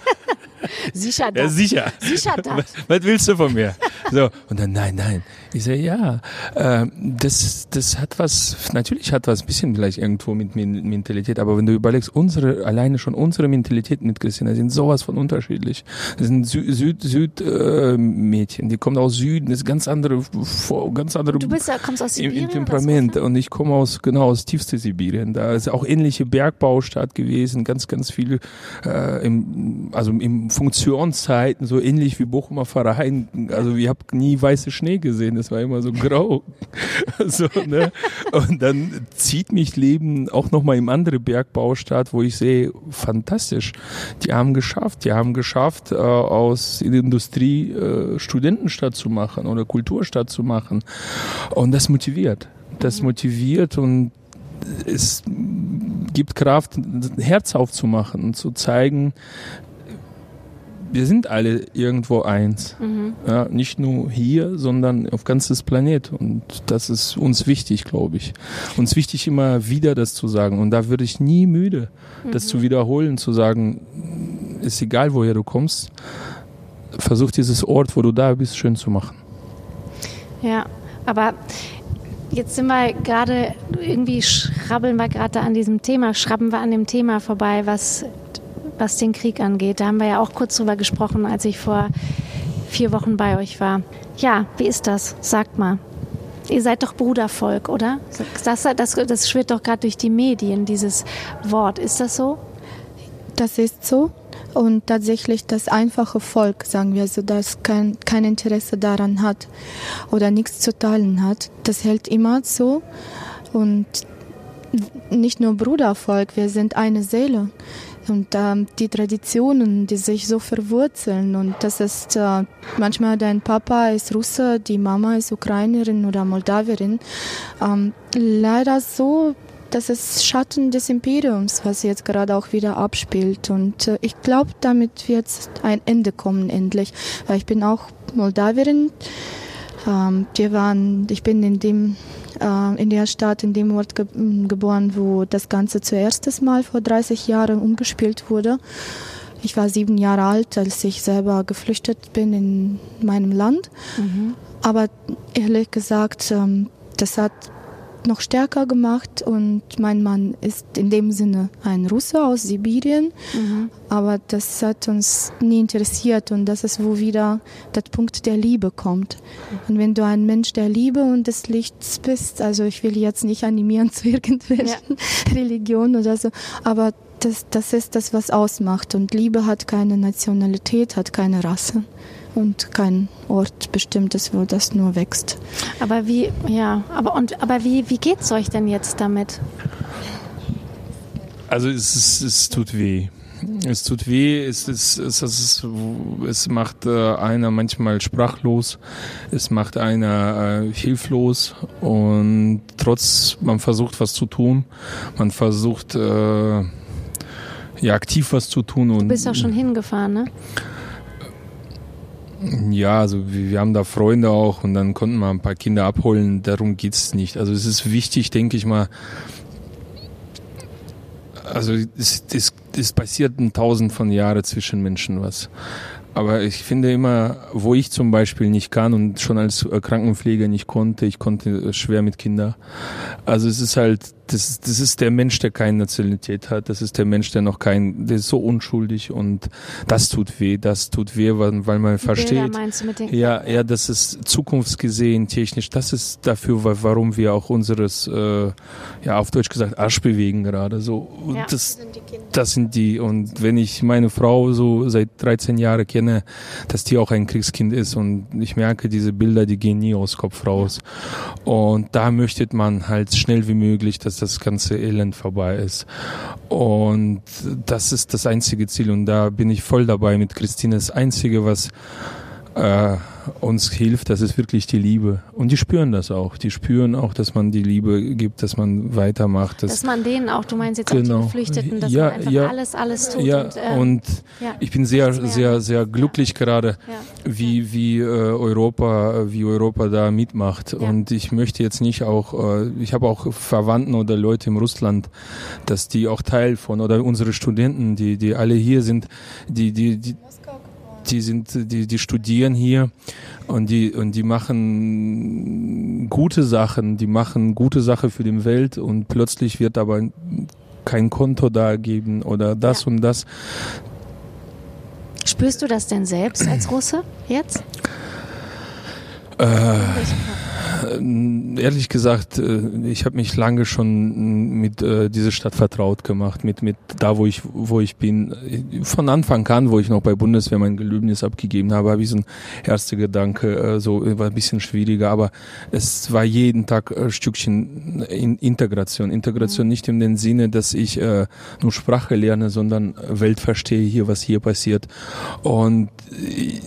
S3: Sicher das.
S2: Ja, sicher.
S3: Sicher das.
S2: Was, was willst du von mir? So. Und dann, nein, nein. Ich sage, ja, äh, das, das hat was, natürlich hat was ein bisschen vielleicht irgendwo mit Mentalität, aber wenn du überlegst, unsere, alleine schon unsere Mentalität mit Christina sind sowas von unterschiedlich. Das sind Süd, Süd, Süd äh, Mädchen, die kommen aus Süden, das ist ganz andere, ganz andere.
S3: Du bist, kommst aus Sibirien?
S2: Im Temperament. Und ich komme aus, genau, aus tiefste Sibirien. Da ist auch ähnliche Bergbaustadt gewesen, ganz, ganz viel, äh, im, also im Funktionszeiten, so ähnlich wie Bochumer Verein. Also ich habe nie weiße Schnee gesehen, das war immer so grau. so, ne? Und dann zieht mich Leben auch nochmal in andere Bergbaustadt, wo ich sehe, fantastisch, die haben geschafft, die haben geschafft, äh, aus der Industrie äh, Studentenstadt zu machen oder Kulturstadt zu machen. Und das motiviert. Das motiviert und es gibt Kraft, ein Herz aufzumachen und zu zeigen, wir sind alle irgendwo eins. Mhm. Ja, nicht nur hier, sondern auf ganzes Planet. Und das ist uns wichtig, glaube ich. Uns wichtig, immer wieder das zu sagen. Und da würde ich nie müde, mhm. das zu wiederholen, zu sagen, ist egal, woher du kommst, versuch dieses Ort, wo du da bist, schön zu machen.
S3: Ja, aber jetzt sind wir gerade, irgendwie schrabbeln wir gerade an diesem Thema, schrabben wir an dem Thema vorbei, was... was den Krieg angeht. Da haben wir ja auch kurz drüber gesprochen, als ich vor vier Wochen bei euch war. Ja, wie ist das? Sagt mal. Ihr seid doch Brudervolk, oder? Das, das, das schwirrt doch gerade durch die Medien, dieses Wort. Ist das so?
S4: Das ist so. Und tatsächlich das einfache Volk, sagen wir so, das kein, kein Interesse daran hat oder nichts zu teilen hat, das hält immer so. Und nicht nur Brudervolk, wir sind eine Seele. Und ähm, die Traditionen, die sich so verwurzeln, und das ist äh, manchmal dein Papa ist Russe, die Mama ist Ukrainerin oder Moldawierin. Ähm, leider so, das ist Schatten des Imperiums, was jetzt gerade auch wieder abspielt. Und äh, ich glaube, damit wird ein Ende kommen endlich. Weil ich bin auch Moldawierin. Ähm, wir waren, ich bin in dem in der Stadt, in dem Ort ge- geboren, wo das Ganze zuerst Mal vor dreißig Jahren umgespielt wurde. Ich war sieben Jahre alt, als ich selber geflüchtet bin in meinem Land. Mhm. Aber ehrlich gesagt, das hat noch stärker gemacht, und mein Mann ist in dem Sinne ein Russe aus Sibirien, mhm. aber das hat uns nie interessiert, und das ist, wo wieder der Punkt der Liebe kommt. Und wenn du ein Mensch der Liebe und des Lichts bist, also ich will jetzt nicht animieren zu irgendwelchen ja. Religionen oder so, aber das, das ist das, was ausmacht, und Liebe hat keine Nationalität, hat keine Rasse. Und kein Ort bestimmtes, wo das nur wächst.
S3: Aber wie, ja, aber und aber wie, wie geht's euch denn jetzt damit?
S2: Also es, es, es tut weh. Es tut weh, es, es, es, es, es macht äh, einer manchmal sprachlos, es macht einer äh, hilflos, und trotz, man versucht was zu tun, man versucht äh, ja, aktiv was zu tun. Und
S3: du bist auch schon hingefahren, ne?
S2: Ja, also wir, wir haben da Freunde auch und dann konnten wir ein paar Kinder abholen. Darum geht's nicht. Also es ist wichtig, denke ich mal. Also es, es, es passiert ein Tausend von Jahren zwischen Menschen was. Aber ich finde immer, wo ich zum Beispiel nicht kann und schon als Krankenpfleger nicht konnte, ich konnte schwer mit Kindern. Also es ist halt, das, das ist der Mensch, der keine Nationalität hat. Das ist der Mensch, der noch kein, der ist so unschuldig und das tut weh, das tut weh, weil, weil man versteht.
S3: Bilder meinst du mit den
S2: ja, ja, das ist zukunftsgesehen, technisch. Das ist dafür, warum wir auch unseres, äh, ja, auf Deutsch gesagt, Arsch bewegen gerade. So,
S3: Ja.
S2: das, das sind die. Und wenn ich meine Frau so seit dreizehn Jahren kenne, dass die auch ein Kriegskind ist und ich merke, diese Bilder, die gehen nie aus Kopf raus. Und da möchte man halt schnell wie möglich, dass das ganze Elend vorbei ist. Und das ist das einzige Ziel und da bin ich voll dabei mit Christine. Das Einzige, was äh, uns hilft, das ist wirklich die Liebe. Und die spüren das auch. Die spüren auch, dass man die Liebe gibt, dass man weitermacht. Dass,
S3: dass man denen auch, du meinst jetzt
S2: genau.
S3: auch die Geflüchteten, dass
S2: ja,
S3: man einfach
S2: ja,
S3: alles, alles tut.
S2: Ja,
S3: und, äh,
S2: und
S3: ja,
S2: ich bin sehr,
S3: nichts mehr.
S2: sehr, sehr glücklich gerade,
S3: Ja.
S2: wie, wie, äh, Europa, wie Europa da mitmacht.
S3: Ja.
S2: Und ich möchte jetzt nicht auch, äh, ich habe auch Verwandten oder Leute im Russland, dass die auch Teil von, oder unsere Studenten, die, die alle hier sind, die, die, die, die sind, die, die studieren hier und die, und die machen gute Sachen, die machen gute Sachen für die Welt und plötzlich wird aber kein Konto da geben oder das
S3: Ja.
S2: und das.
S3: Spürst du das denn selbst als Russe jetzt?
S2: Äh, ehrlich gesagt, ich habe mich lange schon mit äh, dieser Stadt vertraut gemacht, mit mit da, wo ich wo ich bin. Von Anfang an, wo ich noch bei Bundeswehr mein Gelöbnis abgegeben habe, habe ich so ein erster Gedanke, äh, so war ein bisschen schwieriger, aber es war jeden Tag ein Stückchen in Integration. Integration mhm. nicht in dem Sinne, dass ich äh, nur Sprache lerne, sondern Welt verstehe hier, was hier passiert. Und ich,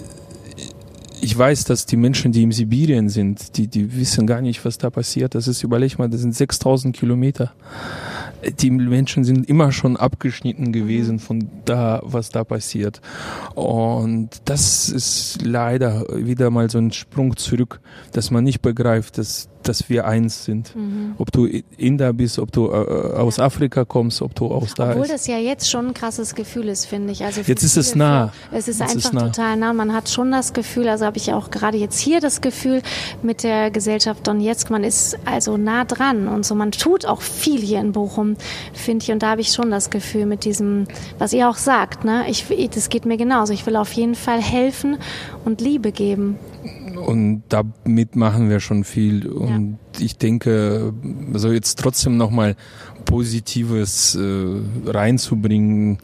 S2: Ich weiß, dass die Menschen, die in Sibirien sind, die, die wissen gar nicht, was da passiert. Das ist, überleg mal, das sind sechstausend Kilometer. Die Menschen sind immer schon abgeschnitten gewesen von da, was da passiert. Und das ist leider wieder mal so ein Sprung zurück, dass man nicht begreift, dass dass wir eins sind. Mhm. Ob du Inder bist, ob du äh, aus ja. Afrika kommst, ob du aus da
S3: Obwohl
S2: ist.
S3: das ja jetzt schon ein krasses Gefühl ist, finde ich. Also
S2: jetzt ist es nah.
S3: Es ist
S2: jetzt
S3: einfach
S2: ist nah.
S3: total nah. Man hat schon das Gefühl, also habe ich auch gerade jetzt hier das Gefühl mit der Gesellschaft Donetsk, man ist also nah dran und so. Man tut auch viel hier in Bochum, finde ich. Und da habe ich schon das Gefühl mit diesem, was ihr auch sagt, ne? Ich, das geht mir genauso. Ich will auf jeden Fall helfen und Liebe geben.
S2: Und damit machen wir schon viel. Und ja. ich denke, also jetzt trotzdem nochmal Positives äh, reinzubringen,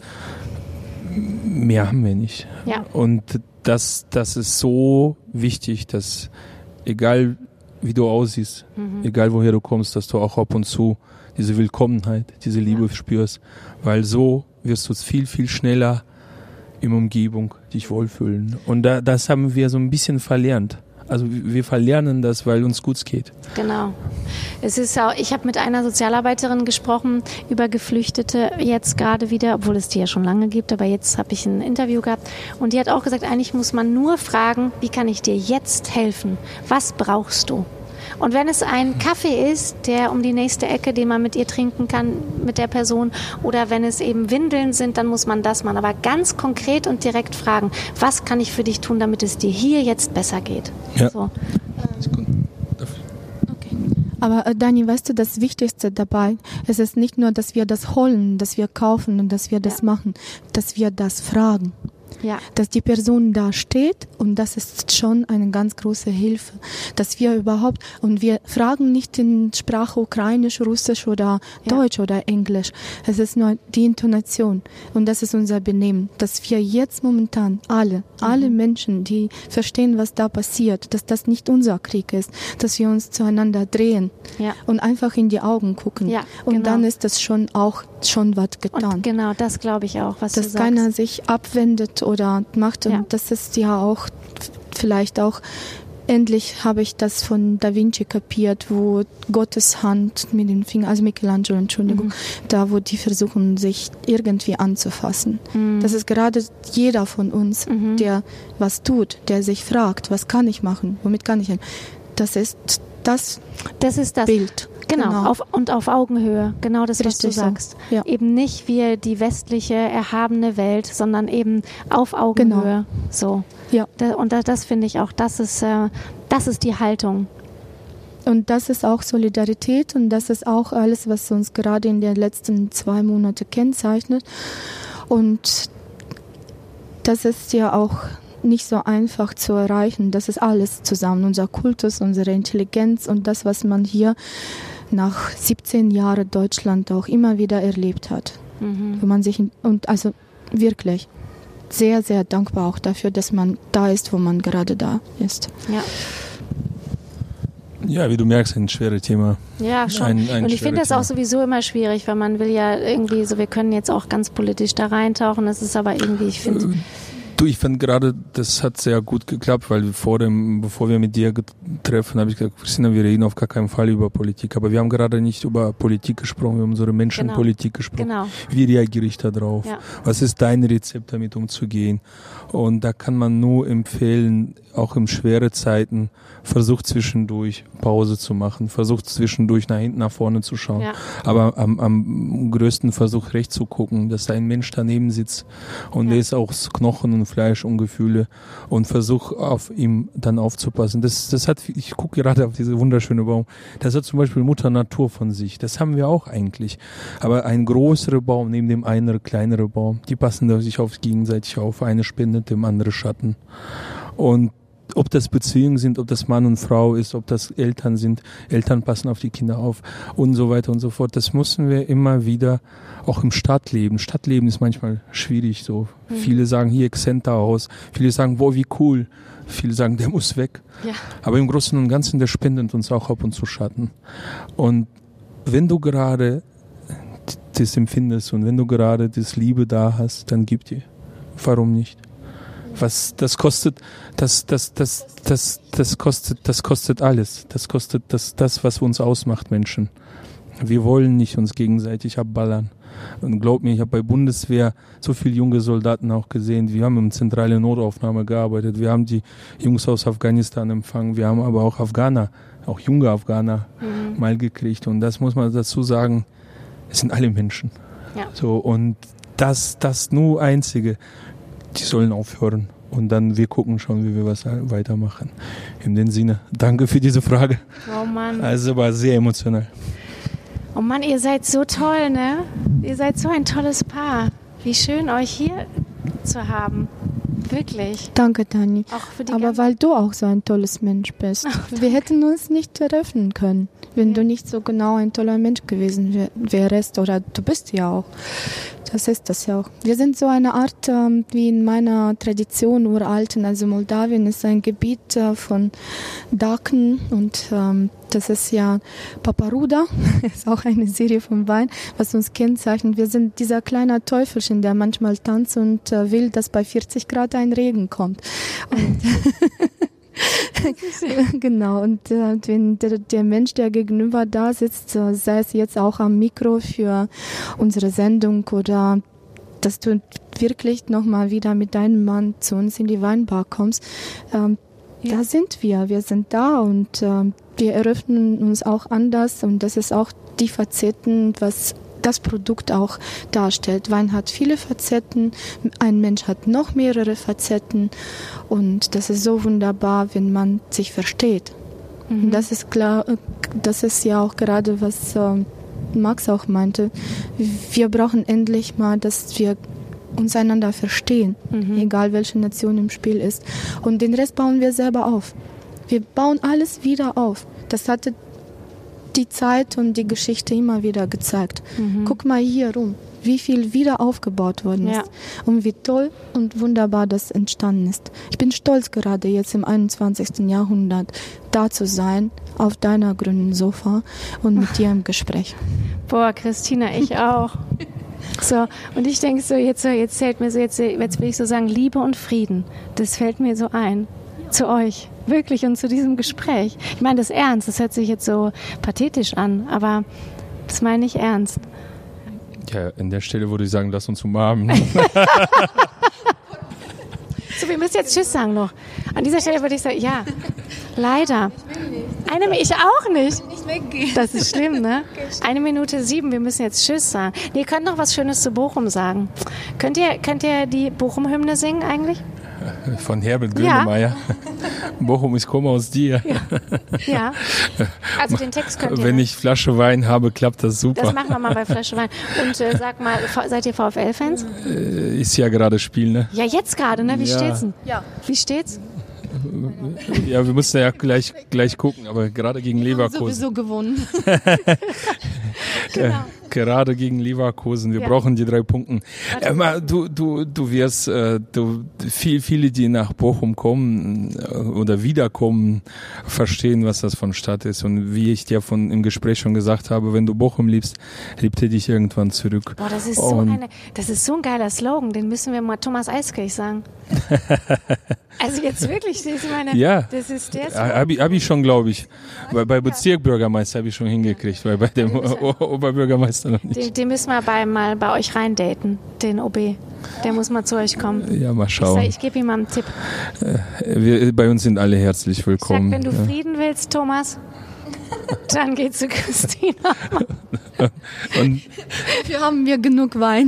S2: mehr haben wir nicht.
S3: Ja.
S2: Und das, das ist so wichtig, dass egal wie du aussiehst, mhm. egal woher du kommst, dass du auch ab und zu diese Willkommenheit, diese Liebe ja. spürst. Weil so wirst du viel, viel schneller in Umgebung dich wohlfühlen. Und da, das haben wir so ein bisschen verlernt. Also wir verlernen das, weil uns gut geht.
S3: Genau. Es ist auch, ich habe mit einer Sozialarbeiterin gesprochen über Geflüchtete jetzt gerade wieder, obwohl es die ja schon lange gibt, aber jetzt habe ich ein Interview gehabt und die hat auch gesagt, eigentlich muss man nur fragen, wie kann ich dir jetzt helfen? Was brauchst du? Und wenn es ein Kaffee ist, der um die nächste Ecke, den man mit ihr trinken kann, mit der Person, oder wenn es eben Windeln sind, dann muss man das machen. Aber ganz konkret und direkt fragen, was kann ich für dich tun, damit es dir hier jetzt besser geht?
S2: Ja.
S3: So.
S4: Okay. Aber äh, Dani, weißt du, das Wichtigste dabei, es ist nicht nur, dass wir das holen, dass wir kaufen und dass wir das ja. machen, dass wir das fragen.
S3: Ja.
S4: Dass die Person da steht und das ist schon eine ganz große Hilfe, dass wir überhaupt, und wir fragen nicht in Sprache Ukrainisch, Russisch oder
S3: ja.
S4: Deutsch oder Englisch, es ist nur die Intonation und das ist unser Benehmen, dass wir jetzt momentan alle, mhm. alle Menschen, die verstehen, was da passiert, dass das nicht unser Krieg ist, dass wir uns zueinander drehen
S3: ja.
S4: und einfach in die Augen gucken
S3: ja,
S4: und
S3: genau.
S4: dann ist das schon auch schon was getan.
S3: Und genau, das glaube ich auch, was
S4: dass
S3: du sagst.
S4: keiner sich abwendet oder macht und
S3: ja.
S4: das ist ja auch vielleicht auch endlich habe ich das von Da Vinci kapiert, wo Gottes Hand mit den Fingern, also Michelangelo, Entschuldigung, mhm. da wo die versuchen, sich irgendwie anzufassen. Mhm. Das ist gerade jeder von uns, mhm. der was tut, der sich fragt, was kann ich machen, womit kann ich hin? Das ist das,
S3: das, ist das.
S4: Bild.
S3: Genau, genau. Auf, und auf Augenhöhe, genau das,
S4: Richtig
S3: was du sagst.
S4: So. Ja.
S3: Eben nicht wie die westliche, erhabene Welt, sondern eben auf Augenhöhe.
S4: Genau.
S3: So.
S4: Ja.
S3: Da, und da, das finde ich auch, das ist, äh, das ist die Haltung.
S4: Und das ist auch Solidarität und das ist auch alles, was uns gerade in den letzten zwei Monaten kennzeichnet. Und das ist ja auch nicht so einfach zu erreichen. Das ist alles zusammen, unser Kultus, unsere Intelligenz und das, was man hier nach siebzehn Jahren Deutschland auch immer wieder erlebt hat. Mhm. Wo man sich, und also wirklich sehr, sehr dankbar auch dafür, dass man da ist, wo man gerade da ist.
S3: Ja.
S2: Ja, wie du merkst, ein schweres Thema.
S3: Ja, schon.
S2: Ein, ein
S3: und ich finde das
S2: Thema.
S3: auch sowieso immer schwierig, weil man will ja irgendwie so, wir können jetzt auch ganz politisch da reintauchen, das ist aber irgendwie, ich finde...
S2: Äh, Du, ich fand gerade, das hat sehr gut geklappt, weil vor dem, bevor wir mit dir treffen, habe ich gesagt, Christina, wir reden auf gar keinen Fall über Politik. Aber wir haben gerade nicht über Politik gesprochen, wir haben unsere Menschenpolitik genau. gesprochen.
S3: Genau.
S2: Wie reagiere ich da drauf?
S3: Ja.
S2: Was ist dein Rezept, damit umzugehen? Und da kann man nur empfehlen, auch in schwere Zeiten, versucht zwischendurch Pause zu machen, versucht zwischendurch nach hinten, nach vorne zu schauen.
S3: Ja.
S2: Aber am, am größten Versuch recht zu gucken, dass da ein Mensch daneben sitzt und ja. der ist auch Knochen und Fleisch und Gefühle und versuch auf ihm dann aufzupassen. Das, das hat, ich gucke gerade auf diese wunderschöne Baum, das hat zum Beispiel Mutter Natur von sich. Das haben wir auch eigentlich. Aber ein größerer Baum neben dem einen kleinere Baum, die passen da sich auf gegenseitig auf. Eine spendet dem anderen Schatten. Und ob das Beziehungen sind, ob das Mann und Frau ist, ob das Eltern sind, Eltern passen auf die Kinder auf und so weiter und so fort. Das müssen wir immer wieder auch im Stadtleben. Stadtleben ist manchmal schwierig so. Mhm. Viele sagen hier Exzenterhaus, viele sagen, boah, wie cool. Viele sagen, der muss weg.
S3: Ja.
S2: Aber im Großen und Ganzen, der spendet uns auch ab und zu Schatten. Und wenn du gerade das empfindest und wenn du gerade das Liebe da hast, dann gib dir. Warum nicht? Was das kostet, das das das das das kostet, das kostet alles. Das kostet das das, was uns ausmacht, Menschen. Wir wollen nicht uns gegenseitig abballern. Und glaub mir, ich habe bei Bundeswehr so viele junge Soldaten auch gesehen. Wir haben im zentrale Notaufnahme gearbeitet. Wir haben die Jungs aus Afghanistan empfangen. Wir haben aber auch Afghaner, auch junge Afghaner mhm. mal gekriegt. Und das muss man dazu sagen, es sind alle Menschen.
S3: Ja.
S2: So, und das, das nur Einzige. Die sollen aufhören und dann wir gucken schon, wie wir was weitermachen. In dem Sinne, danke für diese Frage.
S3: Oh Mann.
S2: Also war sehr emotional.
S3: Oh Mann, ihr seid so toll, ne? Ihr seid so ein tolles Paar. Wie schön, euch hier zu haben. Wirklich.
S4: Danke, Dani.
S3: Auch für die
S4: Aber weil du auch so ein tolles Mensch bist. Ach, wir hätten uns nicht eröffnen können, wenn ja. du nicht so genau ein toller Mensch gewesen wär, wärst. Oder du bist ja auch. Das ist das ja auch. Wir sind so eine Art, ähm, wie in meiner Tradition uralten, also Moldawien ist ein Gebiet äh, von Daken und ähm, das ist ja Paparuda, ist auch eine Serie von Wein, was uns kennzeichnet. Wir sind dieser kleine Teufelchen, der manchmal tanzt und äh, will, dass bei vierzig Grad ein Regen kommt. Und genau, und äh, wenn der, der Mensch, der gegenüber da sitzt, äh, sei es jetzt auch am Mikro für unsere Sendung oder dass du wirklich nochmal wieder mit deinem Mann zu uns in die Weinbar kommst, ähm, ja. da sind wir, wir sind da und äh, wir eröffnen uns auch anders und das ist auch die Facetten, was das Produkt auch darstellt. Wein hat viele Facetten, ein Mensch hat noch mehrere Facetten und das ist so wunderbar, wenn man sich versteht. Mhm. Und das ist klar, das ist ja auch gerade, was äh, Max auch meinte. Wir brauchen endlich mal, dass wir uns einander verstehen, mhm. egal welche Nation im Spiel ist. Und den Rest bauen wir selber auf. Wir bauen alles wieder auf. Das hatte die Zeit und die Geschichte immer wieder gezeigt. Mhm. Guck mal hier rum, wie viel wieder aufgebaut worden ist. Ja. Und wie toll und wunderbar das entstanden ist. Ich bin stolz, gerade jetzt im einundzwanzigsten Jahrhundert da zu sein, auf deiner grünen Sofa und mit dir im Gespräch.
S3: Boah, Christina, ich auch. So, und ich denke so, jetzt, jetzt zählt mir so, jetzt, jetzt will ich so sagen, Liebe und Frieden. Das fällt mir so ein. zu euch, wirklich, und zu diesem Gespräch. Ich meine das ernst, das hört sich jetzt so pathetisch an, aber das meine ich ernst.
S2: Ja, an der Stelle würde ich sagen, lass uns umarmen.
S3: So, wir müssen jetzt Tschüss sagen noch. An dieser Stelle würde ich sagen, ja, leider. Eine, ich auch nicht.
S4: Nicht weggehen.
S3: Das ist schlimm, ne? Eine Minute sieben, wir müssen jetzt Tschüss sagen. Nee, ihr könnt noch was Schönes zu Bochum sagen. Könnt ihr, könnt ihr die Bochum-Hymne singen eigentlich?
S2: Von Herbert Grönemeyer. Ja. Bochum, ich komme aus dir.
S3: Ja. ja. Also den Text könnt ihr.
S2: Wenn ich Flasche Wein habe, klappt das super.
S3: Das machen wir mal bei Flasche Wein. Und äh, sag mal, seid ihr VfL-Fans?
S2: Äh, ist ja gerade Spiel, ne?
S3: Ja, jetzt gerade, ne? Wie ja. steht's denn?
S4: Ja.
S3: Wie steht's?
S2: Ja, wir mussten ja gleich, gleich gucken, aber gerade gegen Leverkusen.
S4: Sowieso gewonnen.
S3: Genau.
S2: Äh, gerade gegen Leverkusen. Wir ja. brauchen die drei Punkte. Äh, du, du, du wirst, äh, du, viel, viele, die nach Bochum kommen äh, oder wiederkommen, verstehen, was das von Stadt ist. Und wie ich dir von im Gespräch schon gesagt habe, wenn du Bochum liebst, liebt er dich irgendwann zurück.
S3: Boah, das ist so eine, das ist so ein geiler Slogan. Den müssen wir mal Thomas Eiskirch sagen. Also jetzt wirklich, das ist meine,
S2: ja,
S3: das ist der
S2: Habe hab ich schon, glaube ich. Bei, bei Bezirkbürgermeister habe ich schon hingekriegt, weil bei dem o- Oberbürgermeister noch nicht.
S3: Den, den müssen wir bei, mal bei euch reindaten, den O B. Der muss mal zu euch kommen.
S2: Ja, mal schauen.
S3: Ich, ich gebe ihm mal einen Tipp.
S2: Wir, bei uns sind alle herzlich willkommen.
S3: Sag, wenn du
S2: ja.
S3: Frieden willst, Thomas, dann geh zu Christina.
S2: Und
S4: wir haben ja genug Wein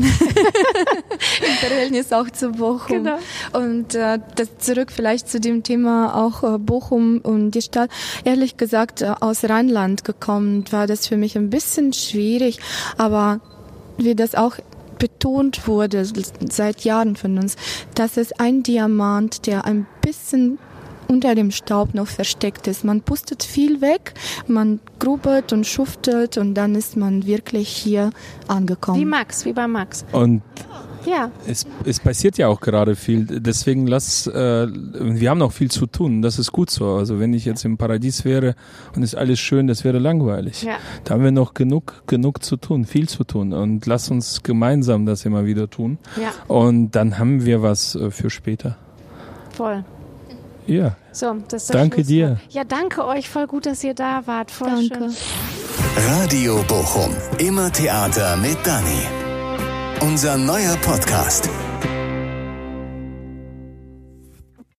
S4: im Verhältnis auch zu Bochum.
S3: Genau.
S4: Und äh, das zurück vielleicht zu dem Thema auch äh, Bochum und die Stadt. Ehrlich gesagt, äh, aus Rheinland gekommen war das für mich ein bisschen schwierig, aber wie das auch betont wurde seit Jahren von uns, das ist ein Diamant, der ein bisschen unter dem Staub noch versteckt ist. Man pustet viel weg, man grubelt und schuftelt und dann ist man wirklich hier angekommen.
S3: Wie Max, wie bei Max.
S2: Und
S3: ja.
S2: es, es passiert ja auch gerade viel. Deswegen lass, äh, wir haben noch viel zu tun. Das ist gut so. Also wenn ich jetzt im Paradies wäre und ist alles schön, das wäre langweilig.
S3: Ja.
S2: Da haben wir noch genug, genug zu tun, viel zu tun. Und lass uns gemeinsam das immer wieder tun.
S3: Ja.
S2: Und dann haben wir was äh, für später.
S3: Voll.
S2: Ja.
S3: So, das ist
S2: danke
S3: Schlusswort.
S2: dir.
S3: Ja, danke euch. Voll gut, dass ihr da wart. Voll
S4: danke.
S3: Schön.
S1: Radio Bochum. Immer Theater mit Dani. Unser neuer Podcast.